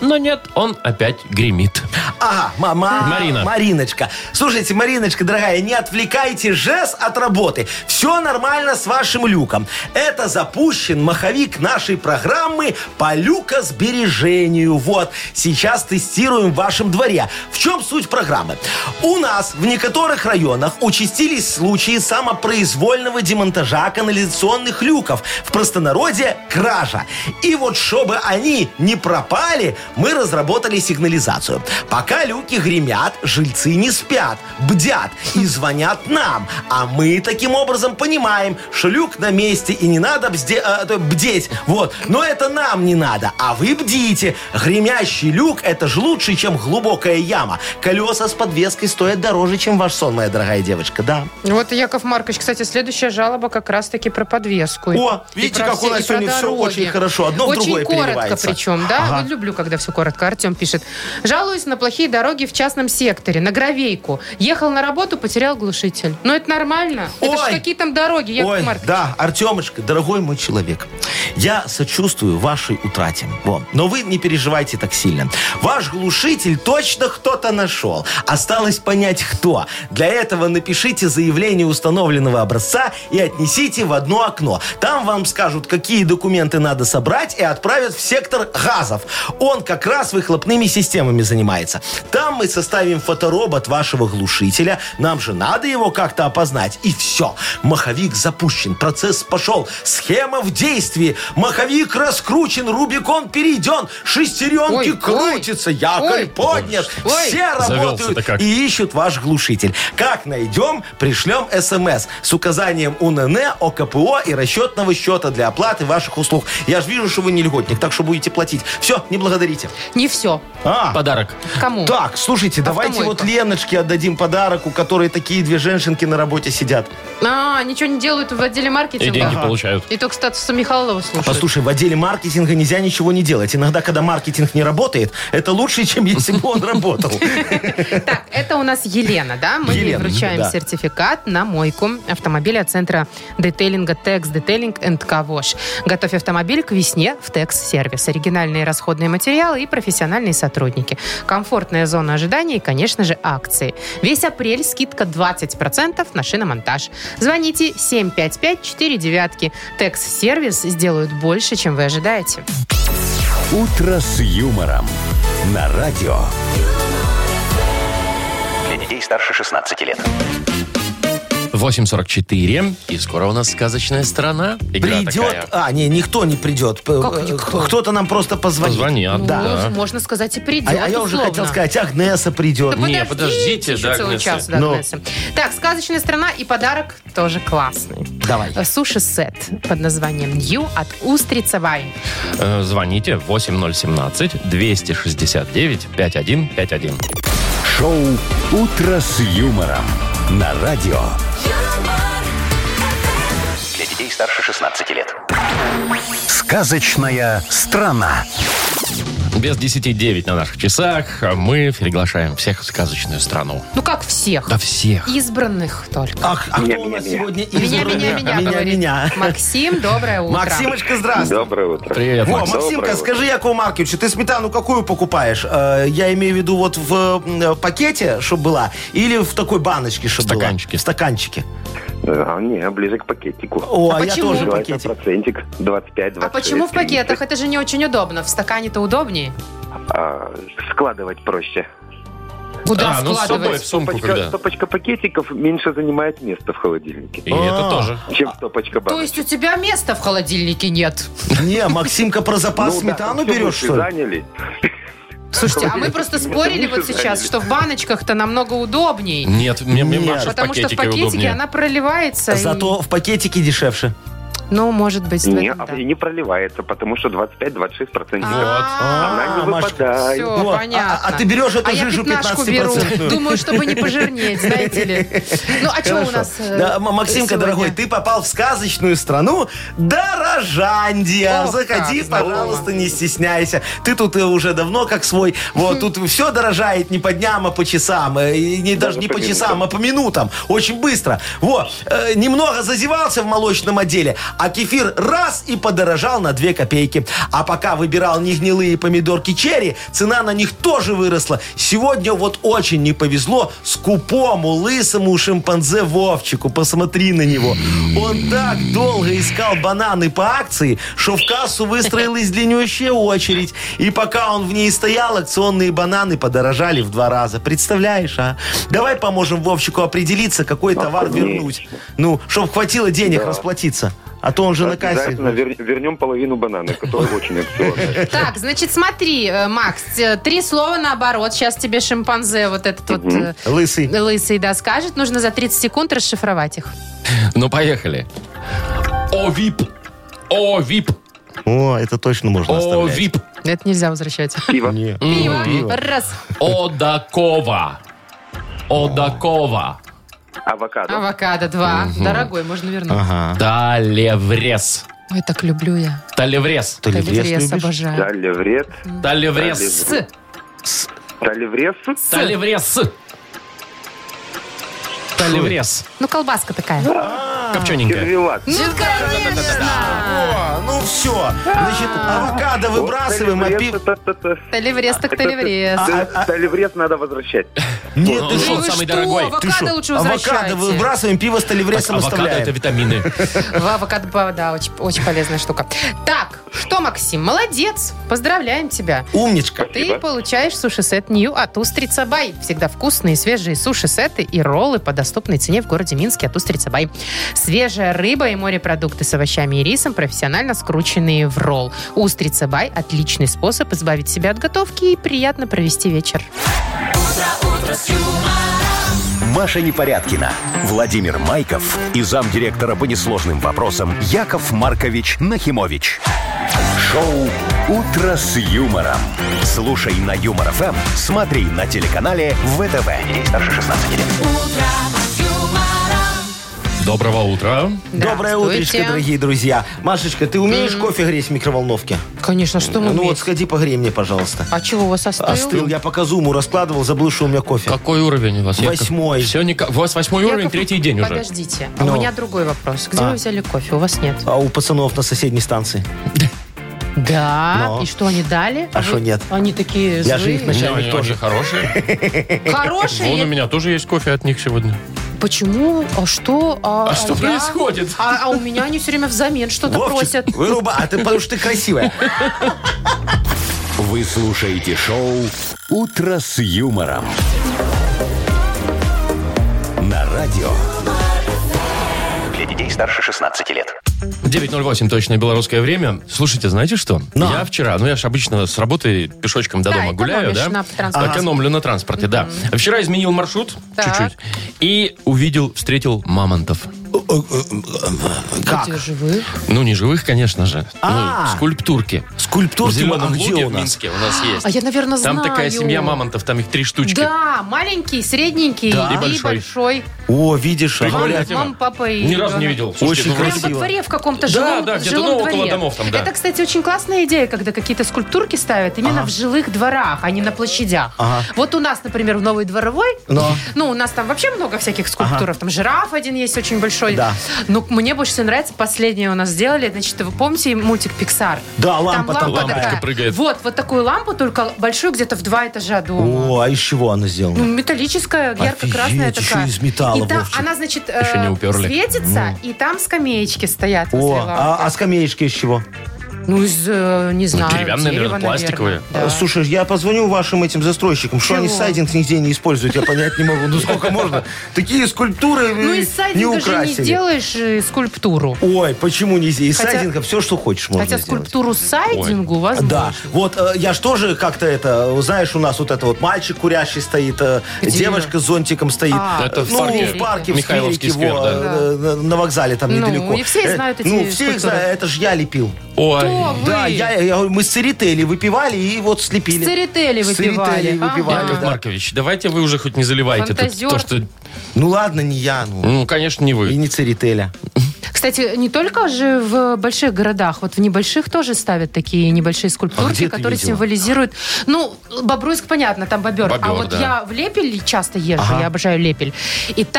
Но нет, он опять гремит. Ага, мама, Марина. Мариночка. Слушайте, Мариночка, дорогая, не отвлекайте жест от работы. Все нормально с вашим люком. Это запущен маховик нашей программы по люкосбережению. Вот, сейчас тестируем в вашем дворе. В чем суть программы? У нас в некоторых районах участились случаи самопроизвольного демонтажа канализационных люков. В простонародье кража. И вот, чтобы они не пропали, мы разработали сигнализацию. Пока люки гремят, жильцы не спят, бдят и звонят нам. А мы таким образом понимаем, что люк на месте и не надо бзде, а, то, бдеть. Вот. Но это нам не надо. А вы бдите. Гремящий люк – это же лучше, чем глубокая яма. Колеса с подвеской стоят дороже, чем ваш сон, моя дорогая девочка. Да. Вот, Яков Маркович, кстати, следующая жалоба как раз-таки про подвеску. И- О, и видите, про как у все- нас и про сегодня все дороги. очень хорошо. Одно в Очень другое коротко переливается. причем, да? Ага. Вот люблю, когда все коротко. Артем пишет. Жалуюсь на плохие дороги в частном секторе, на гравейку. Ехал на работу, потерял глушитель. Ну, это нормально? Это ж Ой. какие там дороги, Яков Ой, Маркович? да, Артемочка, дорогой мой человек, я сочувствую вашей утрате. Во. Но вы не переживайте так сильно. Ваш глушитель точно кто-то нашел. Осталось понять, кто. Для этого напишите заявление установленного образца и отнесите в одно окно. Там вам скажут, какие документы надо собрать, и отправят в сектор газов. Он как раз выхлопными системами занимается. Там мы составим фоторобот вашего глушителя. Нам же надо его как-то опознать. И все. Маховик запущен. Процесс пошел. Схема в действии. Маховик раскручен. Рубикон перейден. Шестеренки Ой, крутятся. ой, Якорь ой. поднят. Ой. Все Завелся-то работают как. и ищут ваш глушитель. Как найдем, пришлем смс с указанием УНН, ОКПО и расчетного счета для оплаты ваших услуг. Я же вижу, что вы не льготник, так что будете платить. Все, не благодарите. Не все. А, Подарок. Кому? так, слушайте, давайте Автомойка. вот Леночке отдадим подарок, у которой такие две женщинки на работе сидят. А, ничего не делают в отделе И маркетинга? деньги получают. И только статуса Михайлова слушают. Послушай, в отделе маркетинга нельзя ничего не делать. Иногда, когда маркетинг не работает, это лучше, чем если бы он работал. Так, это у нас Елена, да? Мы ей Елена, вручаем да. сертификат на мойку автомобиля от центра детейлинга Текс Детейлинг энд Кавош. Готовь автомобиль к весне в Текс Сервис. Оригинальные расходные материалы и профессиональные сотрудники. Комфортная зона ожидания и, конечно же, акции. Весь апрель скидка двадцать процентов на шиномонтаж. Звоните семь пять пять четыре девятки. Текс Сервис сделают больше, чем вы ожидаете. «Утро с юмором» на радио. Для детей старше шестнадцати лет. восемь сорок четыре. И скоро у нас сказочная страна. Игра Придет... такая. А, не, никто не придет. П- Как э, никто? Кто-то нам просто позвонит. Позвонят, Ну, да. можно сказать, и придет, А, а я уже условно. хотел сказать, Агнеса придет. Да Не, подождите, еще да, целый Агнеса. час до Ну. Агнесы. Так, сказочная страна и подарок тоже классный. Давай. Суши-сет под названием Нью от Устрица Вайн. Э, Звоните восемь ноль семнадцать двести шестьдесят девять пятьдесят один пятьдесят один. Шоу «Утро с юмором» на радио. Для детей старше шестнадцати лет. Сказочная страна. Без десяти девять на наших часах мы приглашаем всех в сказочную страну. Ну, как всех. Да всех. Избранных только. Ах, а Меня, кто у меня, нас меня. сегодня Меня, избранный? меня, меня, меня, говорит. меня. Максим, доброе утро. Максимочка, здравствуй. Доброе утро. Привет, Во, Макс. Максимка, Доброе скажи, Якову Марковичу, ты сметану какую покупаешь? Э, Я имею в виду вот в э, пакете, чтобы была, или в такой баночке, чтобы была? стаканчике. В стаканчике. А, не, ближе к пакетику. О, А а, я почему? тоже Давайте пакетик. процентик двадцать пять А двадцать шесть. почему в пакетах? Это же не очень удобно. В стакане-то удобнее. А, складывать проще. Куда А, ну, с собой складывать? в сумку Стопочка, когда. стопочка пакетиков меньше занимает места в холодильнике, И это А. тоже. чем стопочка То баночек. есть у тебя места в холодильнике нет? Не, Максимка, про запас Ну да, сметану всё берешь, мы что ли? заняли. Слушайте, а мы просто спорили вот сейчас, что в баночках-то намного удобней. Нет, мне, мне Нет. Маша в Потому что в пакетике пакетике удобнее. она проливается. и- Зато в пакетике дешевше. Ну, может быть, в Не, этом, да. а не проливается, потому что двадцать пять двадцать шесть процентов. А, Она не Маш, выпадает. Всё, Вот, а- понятно. а ты берешь эту а я жижу пятнашку беру, пятнадцатипроцентную. думаю, чтобы не пожирнеть, знаете ли. Ну, а что у Хорошо. нас э, Да, М- Максимка, сегодня? дорогой, ты попал в сказочную страну Дорожандия. Ох, Заходи, как здорово. пожалуйста, не стесняйся. Ты тут э, уже давно как свой. Вот, тут все дорожает не по дням, а по часам. Э, и не, даже Даже не по по минутам. часам, а по минутам. Очень быстро. Вот. Э, Немного зазевался в молочном отделе, А кефир раз и подорожал на две копейки. А пока выбирал негнилые помидорки черри, цена на них тоже выросла. Сегодня вот очень не повезло скупому, лысому шимпанзе Вовчику. Посмотри на него. Он так долго искал бананы по акции, что в кассу выстроилась длиннющая очередь. И пока он в ней стоял, акционные бананы подорожали в два раза. Представляешь, а? Давай поможем Вовчику определиться, какой товар вернуть. Ну, чтобы хватило денег Да. расплатиться. А то он же на кассе... Обязательно вер- вернем половину банана, которая очень акционная. Так, значит, смотри, э, Макс, э, три слова наоборот. Сейчас тебе шимпанзе вот этот вот э, Лысый. лысый, да, скажет. Нужно за тридцать секунд расшифровать их. Ну, поехали. О-вип. О-вип. О, это точно можно оставлять. О-вип. Это нельзя возвращать. Пиво. Не. Пиво. Раз. Одакова. Одакова. Авокадо. Авокадо. Два. Дорогой, можно вернуть. Ага. Талеврес. Ой, так люблю я. Талеврес. Ты Талеврес леврес любишь? обожаю. Талеврет. Талеврес. С. Талеврес. Талеврес. Талеврес. Ну, колбаска такая. Копчененькая. Сервелат. Ну, конечно. О, ну все. Значит, авокадо выбрасываем, а пиво... Талеврес так талеврес. Талеврес надо возвращать. Нет, Ну, ты ну, что? он самый что? дорогой. Авокадо Ты что? лучше Авокадо возвращайте. выбрасываем, пиво с таливресом Авокадо оставляем. это витамины. В авокадо, да, очень, очень полезная штука. Так, что, Максим, молодец. Поздравляем тебя. Умничка. Ты получаешь суши-сет Нью от Устрица Бай. Всегда вкусные свежие суши-сеты и роллы по доступной цене в городе Минске от Устрица Бай. Свежая рыба и морепродукты с овощами и рисом, профессионально скрученные в ролл. Устрица Бай – отличный способ избавить себя от готовки и приятно провести вечер. Маша Непорядкина, Владимир Майков и замдиректора по несложным вопросам Яков Маркович Нахимович. Шоу «Утро с юмором». Слушай на Юмор ФМ, смотри на телеканале ВТВ. Ей старше шестнадцати лет. Доброго утра. Доброе Здравствуйте. утречко, дорогие друзья. Машечка, ты умеешь кофе греть в микроволновке? Конечно, что мы Ну умеем? вот сходи погрей мне, пожалуйста. А чего у вас остыл? Остыл. Я пока зуму раскладывал, забыл, что у меня кофе. Какой уровень у вас? Яков? Восьмой. Все никак. У вас восьмой уровень, Яков, третий день уже. Подождите, а Ну. у меня другой вопрос. Где А. вы взяли кофе? У вас нет. А у пацанов на соседней станции. Да? Но. И что, они дали? А вы- что нет? Они такие Я же злые. их Не, начальник они тоже. очень хорошие. Хорошие? Вон у меня тоже есть кофе от них сегодня. Почему? А что? А, А что я- происходит? А, а у меня они все время взамен что-то просят. Вовчик, выруба, а ты потому что ты красивая. Вы слушаете шоу «Утро с юмором». На радио. Для детей старше шестнадцати лет. девять ноль восемь точное белорусское время. Слушайте, знаете что? Но. Я вчера, ну я же обычно с работы пешочком до Да, дома гуляю, экономишь да? на транспорте. Экономлю на транспорте, да. А вчера изменил маршрут Так. чуть-чуть и увидел, встретил мамонтов. Как? Где же вы? Ну, не живых, конечно же. А. Ну, скульптурки. В Скульптурки, Зеленом а где Луге у в нас? Минске у нас есть. А я, наверное, знаю. Там такая семья мамонтов, там их три штучки. Да, маленький, средненький Да. и И большой. большой. О, видишь, а Прикольно. говорят, Мама, папа и Ни разу не ребенок. видел. Слушайте, Очень ну, Прям красиво. во дворе в каком-то Да, жилом, да, где-то, жилом ну, около дворе. домов там, да. Это, кстати, очень классная идея, когда какие-то скульптурки ставят именно в жилых дворах, а не на площадях. Ага. Вот у нас, например, в Новой Дворовой, Но. ну, у нас там вообще много всяких скульптуров. Там жираф один есть очень большой. Да. Но мне больше всего нравится, последнее у нас сделали, значит, вы помните мультик «Пиксар»? Да, лампа там Лампочка такая. прыгает. Вот, вот такую лампу, только большую, где-то в два этажа дома. О, а из чего она сделана? Ну, металлическая, ярко-красная Офигеть, такая. еще из металла, И там Вовчик. она, значит, Еще не э, уперли. светится, и там скамеечки стоят возле О, лампы. а, а скамеечки из чего? Ну, из, э, не знаю, деревянные, дерева, наверное, пластиковые. наверное. Да. Слушай, я позвоню вашим этим застройщикам, что Чего? они сайдинг нигде не используют, я понять не могу. Ну сколько можно? Такие скульптуры Ну, э, из не сайдинга же не украсили. сделаешь э, скульптуру. Ой, почему нельзя? Из Хотя- сайдинга все, что хочешь, можно Хотя сделать. скульптуру сайдингу возможно. Да, вот э, я ж тоже как-то это, знаешь, у нас вот это вот мальчик курящий стоит, э, Где? девушка с зонтиком стоит. А, Это в ну, парке. в парке, в Михайловский скверике, сквер, во, да. э, на- на вокзале там Ну, недалеко. и все Э, знают эти Ну, все их скульптуры. знают, это ж я лепил. Ой. Кто вы? Да, я, я говорю, мы с церетели выпивали и вот слепили. С церетели С выпивали. церетели Ага. выпивали, Яков да. Маркович, давайте вы уже хоть не заливайте тут Фантазер. то, что... Ну ладно, не я, ну. Ну, конечно, не И вы. не церетеля. Кстати, не только же в больших городах, вот в небольших тоже ставят такие небольшие А скульптурки, где ты которые видела? символизируют... Ну, Бобруйск, понятно, там бобер. Бобер, а вот да. я в Лепель часто езжу, Ага. я обожаю Лепель. И там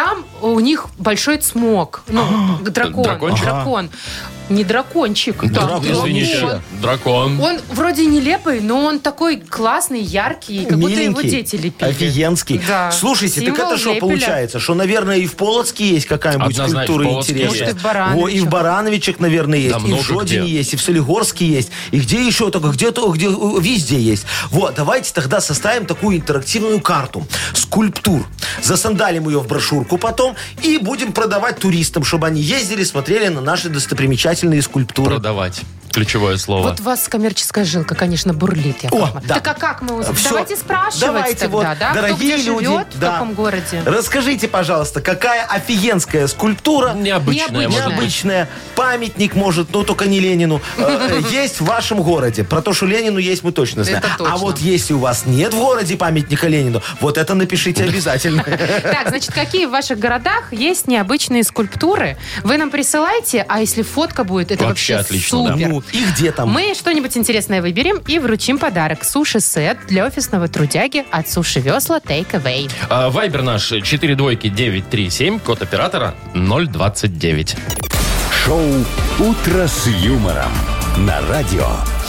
у них большой цмок. Ну, дракон. Дракончик? Дракон. Не дракончик. Да, так, извините, дракон. дракон. Он вроде нелепый, но он такой классный, яркий, как будто его Миленький, дети лепили. офигенский. Да. Слушайте, Символ так это что Лепеля. получается? Что, наверное, и в Полоцке есть какая-нибудь Однозначно, скульптура в Полоцке интересная? есть. Может, и в Барановичах. Во, и в Барановичах, наверное, есть. Да и в много Жодине где. есть, и в Солигорске есть. И где еще только? Где-то, где везде есть. Вот, давайте тогда составим такую интерактивную карту скульптур. Засандалим ее в брошюрку потом и будем продавать туристам, чтобы они ездили, смотрели на наши достопримечательные скульптуры. Продавать. Ключевое слово. Вот у вас коммерческая жилка, конечно, бурлит. Яков О, Маркович. да. Так а как мы узнаем? Всё. Давайте спрашивать Давайте, тогда, вот, да? Кто дорогие где люди, живет, в да. каком городе? Расскажите, пожалуйста, какая офигенская скульптура, Необычное, Необычное. может быть. необычная, памятник, может, но только не Ленину, э, есть в вашем городе. Про то, что Ленину есть, мы точно знаем. Это точно. А вот если у вас нет в городе памятника Ленину, вот это напишите обязательно. Так, значит, какие в ваших городах есть необычные скульптуры? Вы нам присылайте, а если фотка будет, это Вообще вообще, отлично, да. супер. Ну, и где там? Мы что-нибудь интересное выберем и вручим подарок. Суши-сет для офисного трудяги от Суши Весла Take Away. А, Вайбер наш четыре двойки девять три семь, код оператора ноль двадцать девять. Шоу «Утро с юмором» на радио.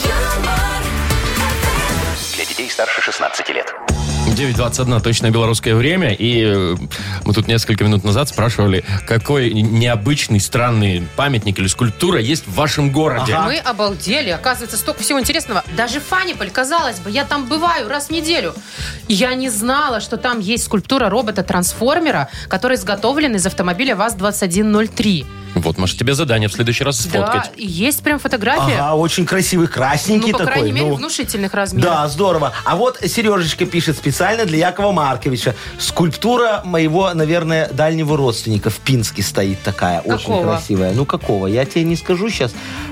Для детей старше шестнадцати лет. девять двадцать один точное белорусское время. И э, мы тут несколько минут назад спрашивали, какой необычный, странный памятник или скульптура есть в вашем городе. Мы обалдели. Оказывается, столько всего интересного. Даже Фаниполь, казалось бы, я там бываю раз в неделю. Я не знала, что там есть скульптура робота-трансформера, который изготовлен из автомобиля ВАЗ двадцать один ноль три. Вот, может, тебе задание в следующий раз сфоткать. Да, и есть прям фотография. Ага, очень красивый, красненький Ну, по такой. крайней мере, ну. внушительных размеров. Да, здорово. А вот Сережечка пишет специально для Якова Марковича. Скульптура моего, наверное, дальнего родственника в Пинске стоит такая. Очень Какого? красивая. Ну, какого? Я тебе не скажу сейчас.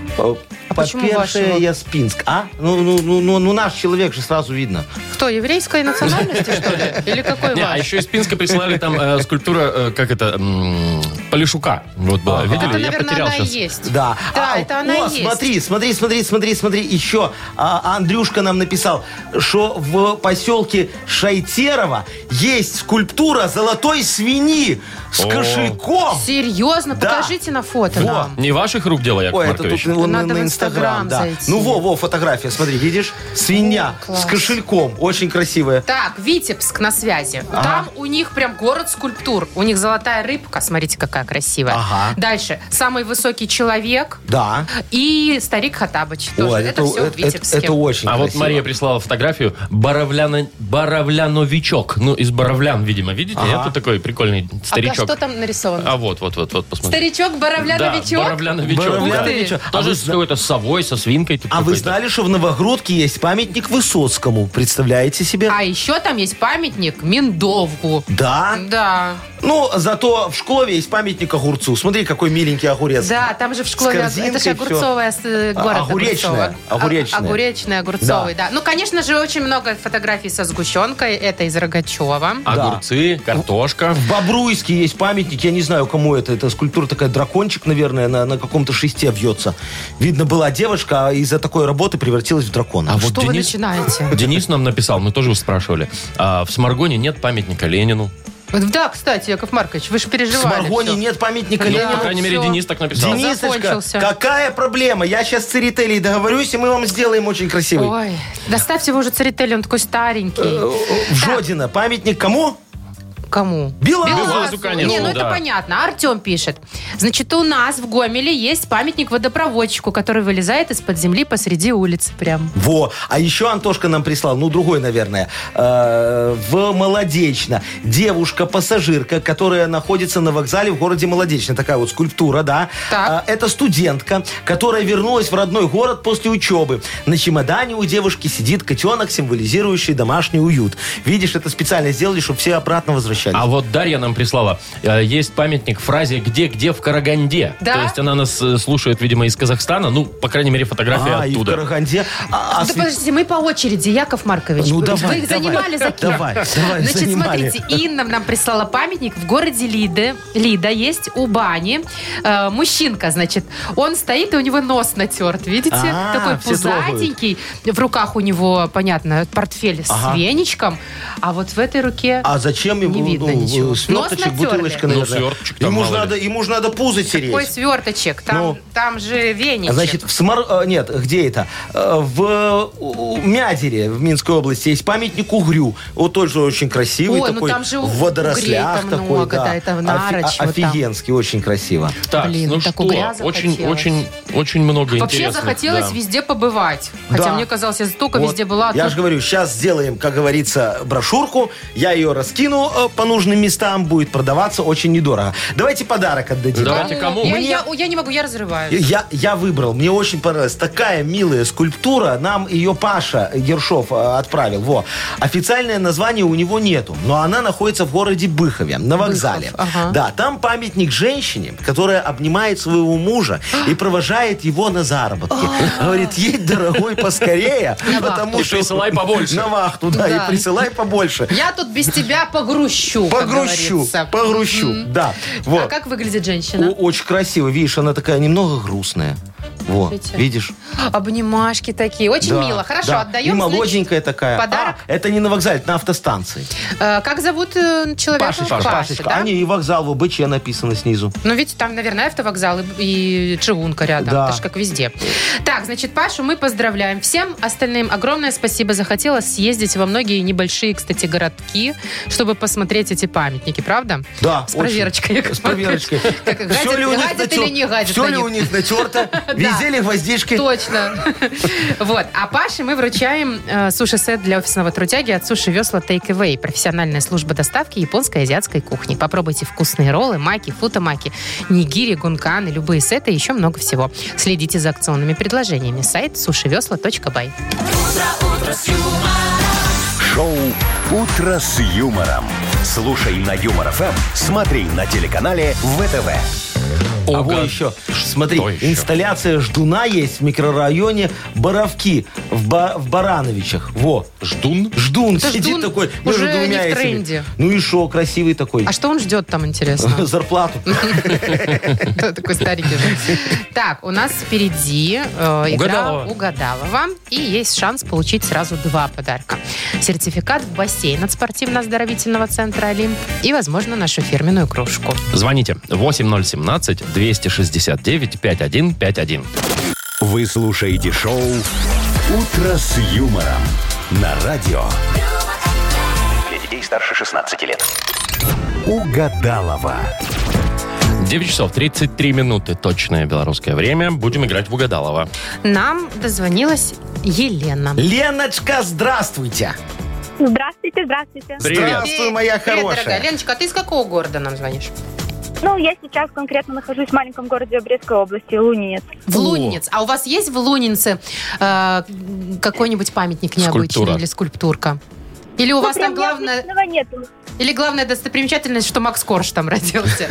А почему По-перше, вашего? я с Пинск. А? Ну, ну, ну, ну, ну, наш человек же сразу видно. Кто, еврейской национальности, что ли? Или какой Не, а ваш? еще из Пинска прислали там э, скульптура, э, как это, м, Полишука. Вот была. Видели? Это, Я наверное, потерял она сейчас. и есть. Да. Да, А, это она о, и есть. смотри, смотри, смотри, смотри, смотри. Еще а, Андрюшка нам написал, что в поселке Шайтерово есть скульптура золотой свиньи с О. кошельком. Серьезно? Да. Покажите на фото Во. нам. Не ваших рук дело, Яков Ой, это Маркович. тут вон на, Надо на в Инстаграм, Инстаграм да. зайти. Ну, во, во, фотография, смотри, видишь? Свинья О, класс. с кошельком, очень красивая. Так, Витебск на связи. Там у них прям город скульптур. У них золотая рыбка, смотрите, какая красивая. Ага. Дальше, самый высокий человек Да. и старик Хаттабыч. Тоже. Ой, это, все в это, Витебске. это очень А красиво. вот Мария прислала фотографию Боровляна, Боровляновичок. Ну, из Боровлян, видимо. Видите? Ага. Это такой прикольный А старичок. что там нарисовано? А вот, вот, вот, вот, посмотрите. Старичок Боровляновичок? Да, Боровляновичок. Боровляновичок. Да. А Тоже вы с зна- какой-то совой, со свинкой. тут А вы какой-то. знали, что в Новогрудке есть памятник Высоцкому? Представляете себе? А еще там есть памятник Миндовгу. Да? Да. Ну, зато в Шклове есть памятник огурцу. Смотри, какой миленький огурец. Да, там же в школе, корзинкой это же всё. огурцовая с- э, город. Огуречная, Огурцово. А- огуречная. Огуречная, огурцовый, да. Ну, конечно же, очень много фотографий со сгущенкой. Это из Рогачева. Огурцы, картошка. В Бобруйске есть памятник, я не знаю, кому это. Это скульптура такая, дракончик, наверное, на, на каком-то шесте вьется. Видно, была девушка, а из-за такой работы превратилась в дракона. А вот Что вы Денис, начинаете? Денис нам написал, мы тоже его спрашивали. А, в Сморгоне нет памятника Ленину. Да, кстати, Яков Маркович, вы же В переживали. Сморгоне всё. нет памятника Да. Ну, Ленину. по крайней мере, всё. Денис так написал. Денис- Денисочка, закончился. какая проблема? Я сейчас с Церетелей договорюсь, и мы вам сделаем очень красивый. Ой, доставьте его уже Церетели, он такой старенький. В Жодино памятник кому? Кому? Белазу. Белазу, конечно, Не, ну да. это понятно. Артем пишет. Значит, у нас в Гомеле есть памятник водопроводчику, который вылезает из-под земли посреди улицы прям. Во. А еще Антошка нам прислал, ну, другой, наверное, э, в Молодечно. Девушка-пассажирка, которая находится на вокзале в городе Молодечно. Такая вот скульптура, да. Так. А, это студентка, которая вернулась в родной город после учебы. На чемодане у девушки сидит котенок, символизирующий домашний уют. Видишь, это специально сделали, чтобы все обратно возвращались. А вот Дарья нам прислала. э, Есть памятник фразе «Где-где в Караганде». Да? То есть она нас э, слушает, видимо, из Казахстана. Ну, по крайней мере, фотография А, и в оттуда. Караганде. А, а Да сви- подождите, мы по очереди, Яков Маркович. Ну, Вы давай, их давай. занимали за кем? Давай, давай, Значит, занимали. смотрите, Инна нам прислала памятник в городе Лиды. Лида есть у бани. Э, мужчинка, значит, он стоит, и у него нос натерт, видите? А, Такой все трогают. пузатенький. В руках у него, понятно, портфель Ага. с веничком. А вот в этой руке А зачем ему? не видно ничего. сверточек, Нос натерли? бутылочка, Ну, наверное. сверточек там, ему, же мало надо, ли. ему же надо пузо тереть. Какой сверточек? Там, Ну. там же веничек. Значит, в Смор... э, Нет, где это? Э, В у- у Мядере, в Минской области, есть памятник угрю. Вот тоже очень красивый Ой, ну такой. там же в водорослях угрей-то такой, много, да. да, это Нарочь Офи- вот там. Офигенский, очень красиво. Так, Блин, ну так что, угря очень, захотелось. очень, очень много Вообще интересных. захотелось да. везде побывать. Хотя Да. мне казалось, я столько Вот, везде была. а Я тут- же говорю, сейчас сделаем, как говорится, брошюрку. Я ее раскину э, по нужным местам. Будет продаваться очень недорого. Давайте подарок отдадим. Давайте Ну, кому? Я, Мне- я- я не могу, я разрываю. Я, я выбрал, мне очень понравилась. Такая милая скульптура. Нам ее Паша Ершов э, отправил. Во. Официальное название у него нету, но она находится в городе Быхове, на вокзале. ага. Да, там памятник женщине, которая обнимает своего мужа и провожает его на заработки. Говорит, едь, дорогой, поскорее, потому И что... присылай побольше. На вахту, да, Да. и присылай побольше. Я тут без тебя погрущу, как Погрущу, говорится. погрущу, да. А Вот. как выглядит женщина? О, очень красиво. Видишь, она такая немного грустная. Во, Смотрите. видишь? Обнимашки такие. Очень Да, мило. Хорошо, да. отдаем. И значит, молоденькая такая. подарок? А, это не на вокзале, это на автостанции. Э, как зовут э, человека? Пашечка, Паша, Пашечка. да? А не, и вокзал в БЧ написано снизу. Ну, ведь там, наверное, автовокзал и, и чугунка рядом. Да. Это ж как везде. Так, значит, Пашу мы поздравляем. Всем остальным огромное спасибо. Захотелось съездить во многие небольшие, кстати, городки, чтобы посмотреть эти памятники, правда? Да, С очень. проверочкой. Яков С проверочкой. Маркович. Как, гадят- Все ли у них гадят натер- или не гадят Все на ли них? у них натерто? Везде ли гвоздички? Точно. Вот. А Паше мы вручаем э, суши-сет для офисного трудяги от Суши Весла Take Away. Профессиональная служба доставки японской и азиатской кухни. Попробуйте вкусные роллы, маки, футамаки, нигири, гунканы, любые сеты и еще много всего. Следите за акционными предложениями. Сайт сушивесла точка бай. Шоу «Утро с юмором». Слушай на Юмор ФМ, смотри на телеканале ВТВ. А Ого. вот еще, смотри, Что еще? инсталляция ждуна есть в микрорайоне Боровки в, Ба- в Барановичах. Во. Ждун? Ждун Это сидит ждун такой, уже между не двумя в этими. тренде. Ну и шо, красивый такой. А что он ждет там, интересно? Зарплату. Кто такой старенький же? Так, у нас впереди э, игра Угадалова. «Угадалова». И есть шанс получить сразу два подарка. Сертификат в бассейн от спортивно-оздоровительного центра «Олимп» и, возможно, нашу фирменную кружку. Звоните восемь ноль семнадцать двести шестьдесят девять пятьдесят один пятьдесят один. Вы слушаете шоу «Утро с юмором» на радио. Для детей старше шестнадцати лет. Угадалова. девять часов тридцать три минуты. Точное белорусское время. Будем играть в Угадалова. Нам дозвонилась Елена. Леночка, здравствуйте. Здравствуйте, здравствуйте. Привет. Здравствуй, моя Привет, хорошая. дорогая. Леночка, а ты из какого города нам звонишь? Ну, я сейчас конкретно нахожусь в маленьком городе Брестской области, Лунинец. В Лунинец. А у вас есть в Лунинце э, какой-нибудь памятник необычный Скульптура. или скультурка? Или у Ну, вас прям там главное... необычного нету. Или главная достопримечательность, что Макс Корж там родился?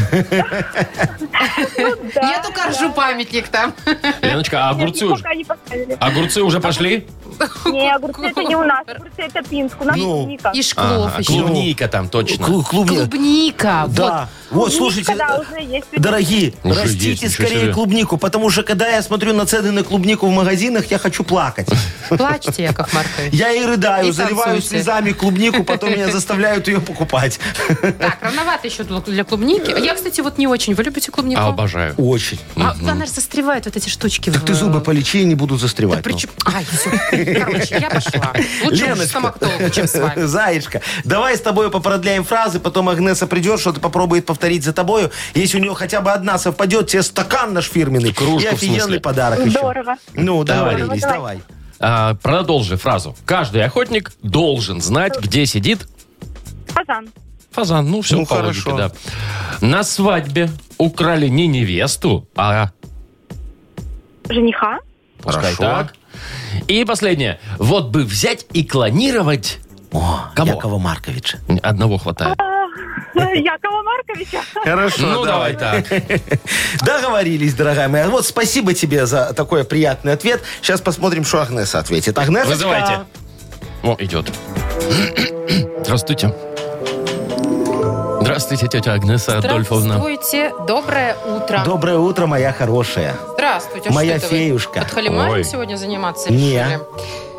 Да, Нету Коржу памятник там. Леночка, а Нет, огурцы уже, пока не поставили. огурцы уже пошли? Не, огурцы это не у нас, огурцы это Пинск, у нас Ну, клубника. И Шклов Ага, еще. клубника там точно. Клу- клубни- Клубника. Да. Вот, слушайте, Да, уже есть. дорогие, Уже растите есть, ничего скорее себе. клубнику, потому что когда я смотрю на цены на клубнику в магазинах, я хочу плакать. Вот. Плачьте, Яков Маркович. Я и рыдаю, И заливаю танцуйте. слезами клубнику, потом меня заставляют ее покупать. Так, рановато еще для для клубники. Я, кстати, вот не очень. Вы любите клубнику? А, обожаю. Очень. А, она же застревает, вот эти штучки. Так в- ты зубы полечи и не буду Да застревать. ну. причем- Ай, всё. Короче, я пошла. Лучше уж Леночка, стоматологу, чем с вами. Заячка, давай с тобой попродляем фразы, потом Агнеса придет, что-то попробует повторить за тобою. Если у нее хотя бы одна совпадет, тебе стакан наш фирменный Кружку, и в офигенный смысле? подарок еще. Здорово. Ну, договорились, Давай. давай. А, продолжи фразу. Каждый охотник должен знать, где сидит Фазан. фазан. Ну, все Ну, по хорошо. логике, да. На свадьбе украли не невесту, а Жениха. пускай Хорошо. так. И последнее. Вот бы взять и клонировать. О, Кого? Якова Марковича. Одного хватает. Якова Марковича. Хорошо, Ну, давай так. Договорились, дорогая моя. Вот спасибо тебе за такой приятный ответ. Сейчас посмотрим, что Агнеса ответит. Агнеса, Вызывайте. О, идет. Здравствуйте. Здравствуйте, тетя Агнеса Адольфовна. Здравствуйте. Доброе утро. Доброе утро, моя хорошая. Здравствуйте. А Моя что это вы феюшка. под халимаем Ой. сегодня заниматься Не. решили?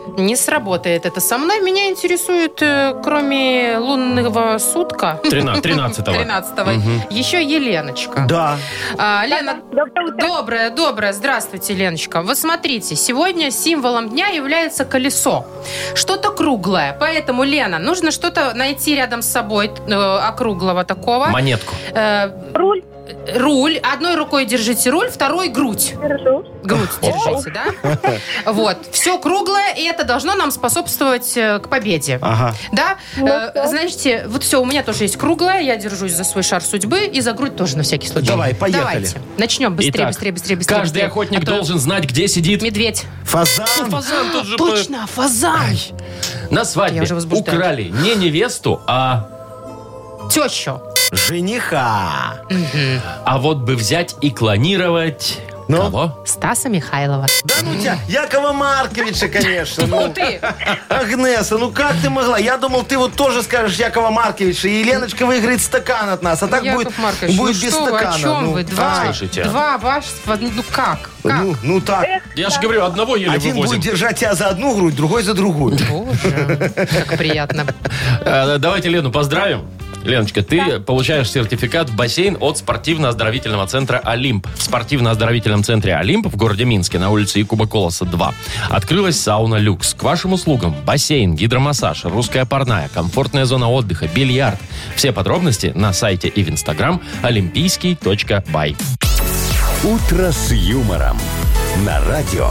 Не сработает это со мной. Меня интересует, э, кроме лунного сутка... тринадцатого. тринадцатого. Еще Еленочка. Да. А, Лена, Доброе утро. доброе, доброе. Здравствуйте, Леночка. Вот смотрите, сегодня символом дня является колесо. Что-то круглое. Поэтому, Лена, нужно что-то найти рядом с собой э, округлого такого. Монетку. Э, Руль. руль. Одной рукой держите руль, второй грудь. Держу. Грудь держите, да? Вот. Все круглое, и это должно нам способствовать э, к победе. Ага. Да? Ну, Э, да. Знаете, вот все, у меня тоже есть круглое, я держусь за свой шар судьбы и за грудь тоже на всякий случай. Давай, поехали. Давайте. Начнем быстрее, Итак, быстрее, быстрее, быстрее. Каждый быстрее. охотник А то- должен знать, где сидит. Медведь. Фазан. Фазан тут же по- Точно, фазан. На свадьбе Я уже возбуждаюсь. украли не невесту, а... Тещу. Жениха. А вот бы взять и клонировать... Ну? Кого? Стаса Михайлова. Да ну тебя, Якова Марковича, конечно. Ну Ну, ты. Агнеса, ну как ты могла? Я думал, ты вот тоже скажешь Якова Марковича, и Леночка выиграет стакан от нас, а так Яков будет, Маркович, будет ну без что вы, стакана. о чем ну. вы? Два, Ай, Слушайте. два ваш, ну как? Как? ну, ну так. Я же говорю, одного еле Один вывозим. будет держать тебя за одну грудь, другой за другую. Боже, как приятно. Э, Давайте Лену поздравим. Леночка, ты получаешь сертификат в бассейн от спортивно-оздоровительного центра «Олимп». В спортивно-оздоровительном центре «Олимп» в городе Минске на улице Якуба Колоса, два открылась сауна «Люкс». К вашим услугам бассейн, гидромассаж, русская парная, комфортная зона отдыха, бильярд. Все подробности на сайте и в инстаграм олимпийский точка бай. «Утро с юмором» на радио.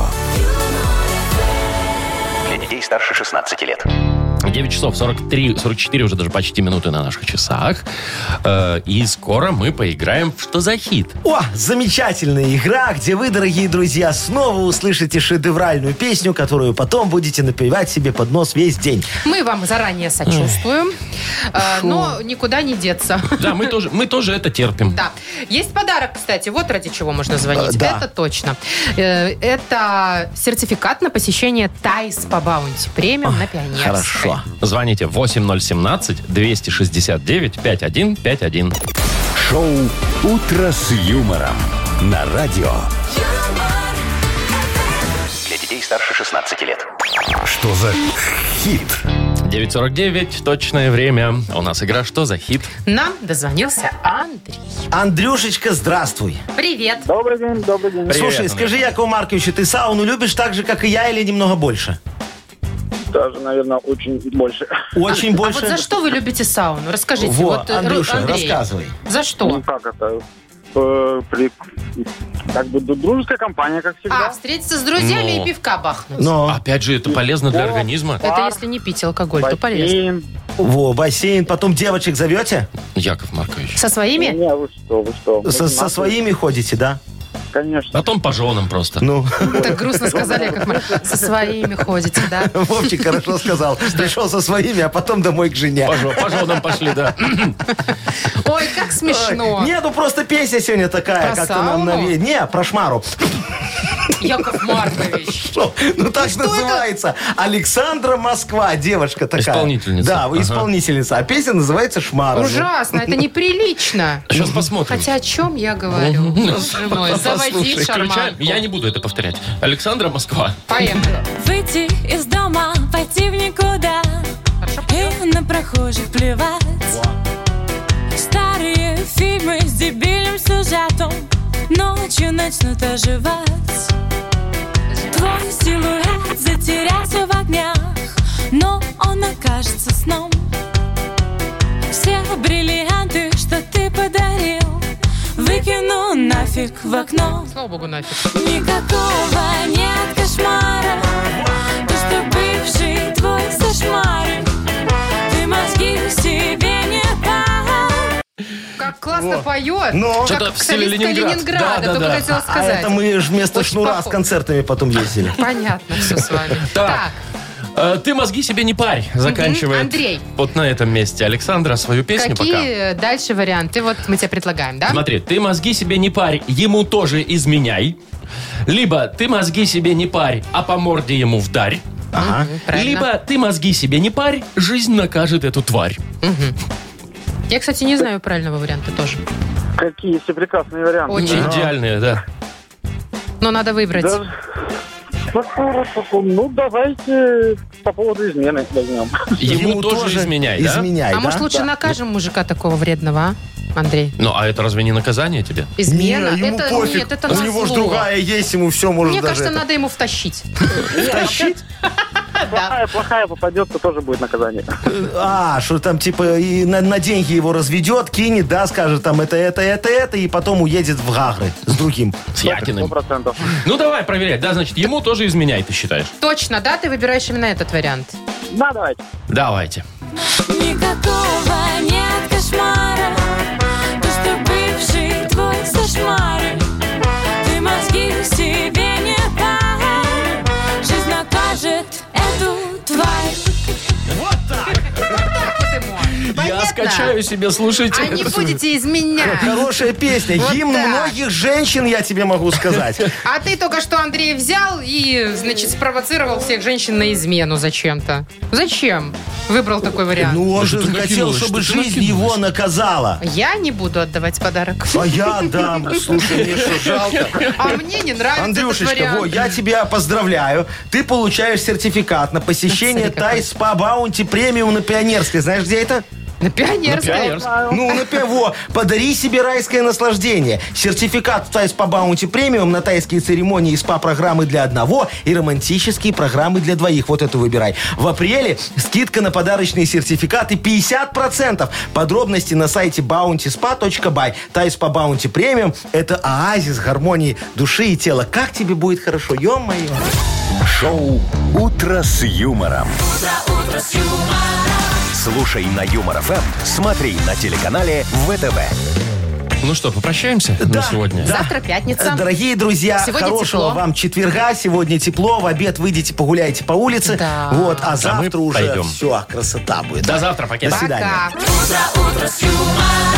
Для детей старше шестнадцати лет. девять часов сорок три, сорок четыре уже даже почти минуты на наших часах. Э, И скоро мы поиграем в «Что за хит?». О, замечательная игра, где вы, дорогие друзья, снова услышите шедевральную песню, которую потом будете напевать себе под нос весь день. Мы вам заранее сочувствуем, э, но никуда не деться. Да, мы тоже, мы тоже это терпим. Да. Есть подарок, кстати, вот ради чего можно звонить. Э, да. Это точно. Э, Это сертификат на посещение Тайс по Баунти премиум на Пионерской. Хорошо. Звоните восемь ноль семнадцать двести шестьдесят девять пятьдесят один пятьдесят один. Шоу «Утро с юмором» на радио. Для детей старше шестнадцати лет. Что за хит? девять сорок девять, точное время. У нас игра «Что за хит?». Нам дозвонился Андрей. Андрюшечка, здравствуй. Привет. Добрый день, добрый день. Привет, Слушай, Андрей. скажи, Яков Маркович, ты сауну любишь так же, как и я, или немного больше? Даже, наверное, очень больше. Очень А больше? вот за что вы любите сауну? Расскажите. Во, вот, э, Андрюша, Андрей, рассказывай. За Ну, что? как это? Э, при- Как бы ду- дружеская компания, как А, всегда. встретиться с друзьями Но. и пивка бахнуть. Но, Опять же, это полезно для организма. Это если не пить алкоголь, то полезно. Бассейн. во, бассейн, потом девочек зовете? Яков Маркович. Со своими? Не, вы что, вы что. Со, со своими ходите, да? Конечно. Потом по женам просто. Ну, Так грустно сказали, как мы со своими ходите, да? Вовчик хорошо сказал. Пришел со своими, а потом домой к жене. По, жен- по женам пошли, да. Ой, как смешно. Не, ну просто песня сегодня такая, Про как-то нам сауну? наве... Не, про шмару. Яков Маркович. Что? Ну так называется. Александра Москва, девушка такая. Исполнительница. Да, Ага. исполнительница. А песня называется «Шмара». Ужасно, это неприлично. Сейчас посмотрим. Хотя о чем я говорю? Боже мой, заводить Послушай, включаем. шарманку. Я не буду это повторять. Александра Москва. Поехали. Выйти из дома, пойти в никуда и на прохожих плевать. Старые фильмы с дебильным сюжетом ночью начнут оживать. Твой силуэт затерялся в огнях, но он окажется сном. Все бриллианты, что ты подарил, выкину нафиг в окно. Слава богу, нафиг. Никакого нет кошмара, то, что бывший твой зашмарит, ты мозги себе не пар. Как классно поет. Ну. Как Что-то в стиле солистка Ленинград. Ленинграда, Да, да, только да. хотела А сказать. это мы же вместо Очень шнура похоже. с концертами потом ездили. Понятно все с вами. Так. Э, Ты мозги себе не парь. Заканчивает. Андрей. Вот на этом месте Александра свою песню пока. Какие дальше варианты? Вот мы тебе предлагаем, да? Смотри, ты мозги себе не парь, ему тоже изменяй. Либо ты мозги себе не парь, а по морде ему вдарь. Ага. Правильно. Либо ты мозги себе не парь, жизнь накажет эту тварь. Я, кстати, не знаю правильного варианта тоже. Какие все прекрасные варианты. Очень. Идеальные, да. Но надо выбрать. Даже, Ну, давайте по поводу измены возьмем. Ему, тоже изменяй, да? Изменяй, А да? может, лучше накажем мужика такого вредного, а, Андрей? Ну, а это разве не наказание тебе? Измена? Не, ему это пофиг. нет, это У него ж назло. другая есть, ему все может Мне даже кажется, это- надо ему втащить. Втащить? Плохая, плохая попадется, тоже будет наказание. А, что там, типа, и на, на деньги его разведет, кинет, да, скажет там это, это, это, это, и потом уедет в Гагры с другим. С Сто Якиным. процентов. Ну, давай проверять. Да, значит, ему тоже изменяй, ты считаешь? Точно, да? Ты выбираешь именно этот вариант. Да, давайте. Давайте. Никакого нет кошмара. То, что бывший твой сошмарит. Ты мозги себе не парь. Жизнь накажет эту тварь. Вот так! Я Понятно? скачаю себе, слушайте. А не будете изменять. Хорошая песня. Вот Гимн так. многих женщин, я тебе могу сказать. А ты только что Андрей взял и, значит, спровоцировал всех женщин на измену зачем-то. Зачем выбрал такой вариант? Ну, он Да же что ты захотел, накинулась, чтобы что ты жизнь накинулась? его наказала. Я не буду отдавать подарок. А я дам. Слушай, мне что, жалко? А мне не нравится этот Андрюшечка, вариант. во, я тебя поздравляю. Ты получаешь сертификат на посещение Смотри, какой. Тай Спа Баунти премиум на Пионерской. Знаешь, где это? На Пионерской. Пионерская. Ну, на пиво. Подари себе райское наслаждение. Сертификат в Тай Спа Баунти премиум на тайские церемонии и спа-программы для одного и романтические программы для двоих. Вот эту выбирай. В апреле скидка на подарочные сертификаты пятьдесят процентов. Подробности на сайте баунти спа точка бай. Тай Спа Баунти премиум – это оазис гармонии души и тела. Как тебе будет хорошо, ё-моё. Шоу «Утро с юмором». Слушай на Юмор ФМ, смотри на телеканале ВТВ. Ну что, попрощаемся на Да, сегодня? да. Завтра пятница. Дорогие друзья, Сегодня хорошего тепло. вам четверга. Сегодня тепло. В обед выйдете, погуляйте по улице. Да. Вот, а мы завтра уже пойдем. все, красота будет. До завтра, пакет. До свидания. Пока. Утро, утро с юмором.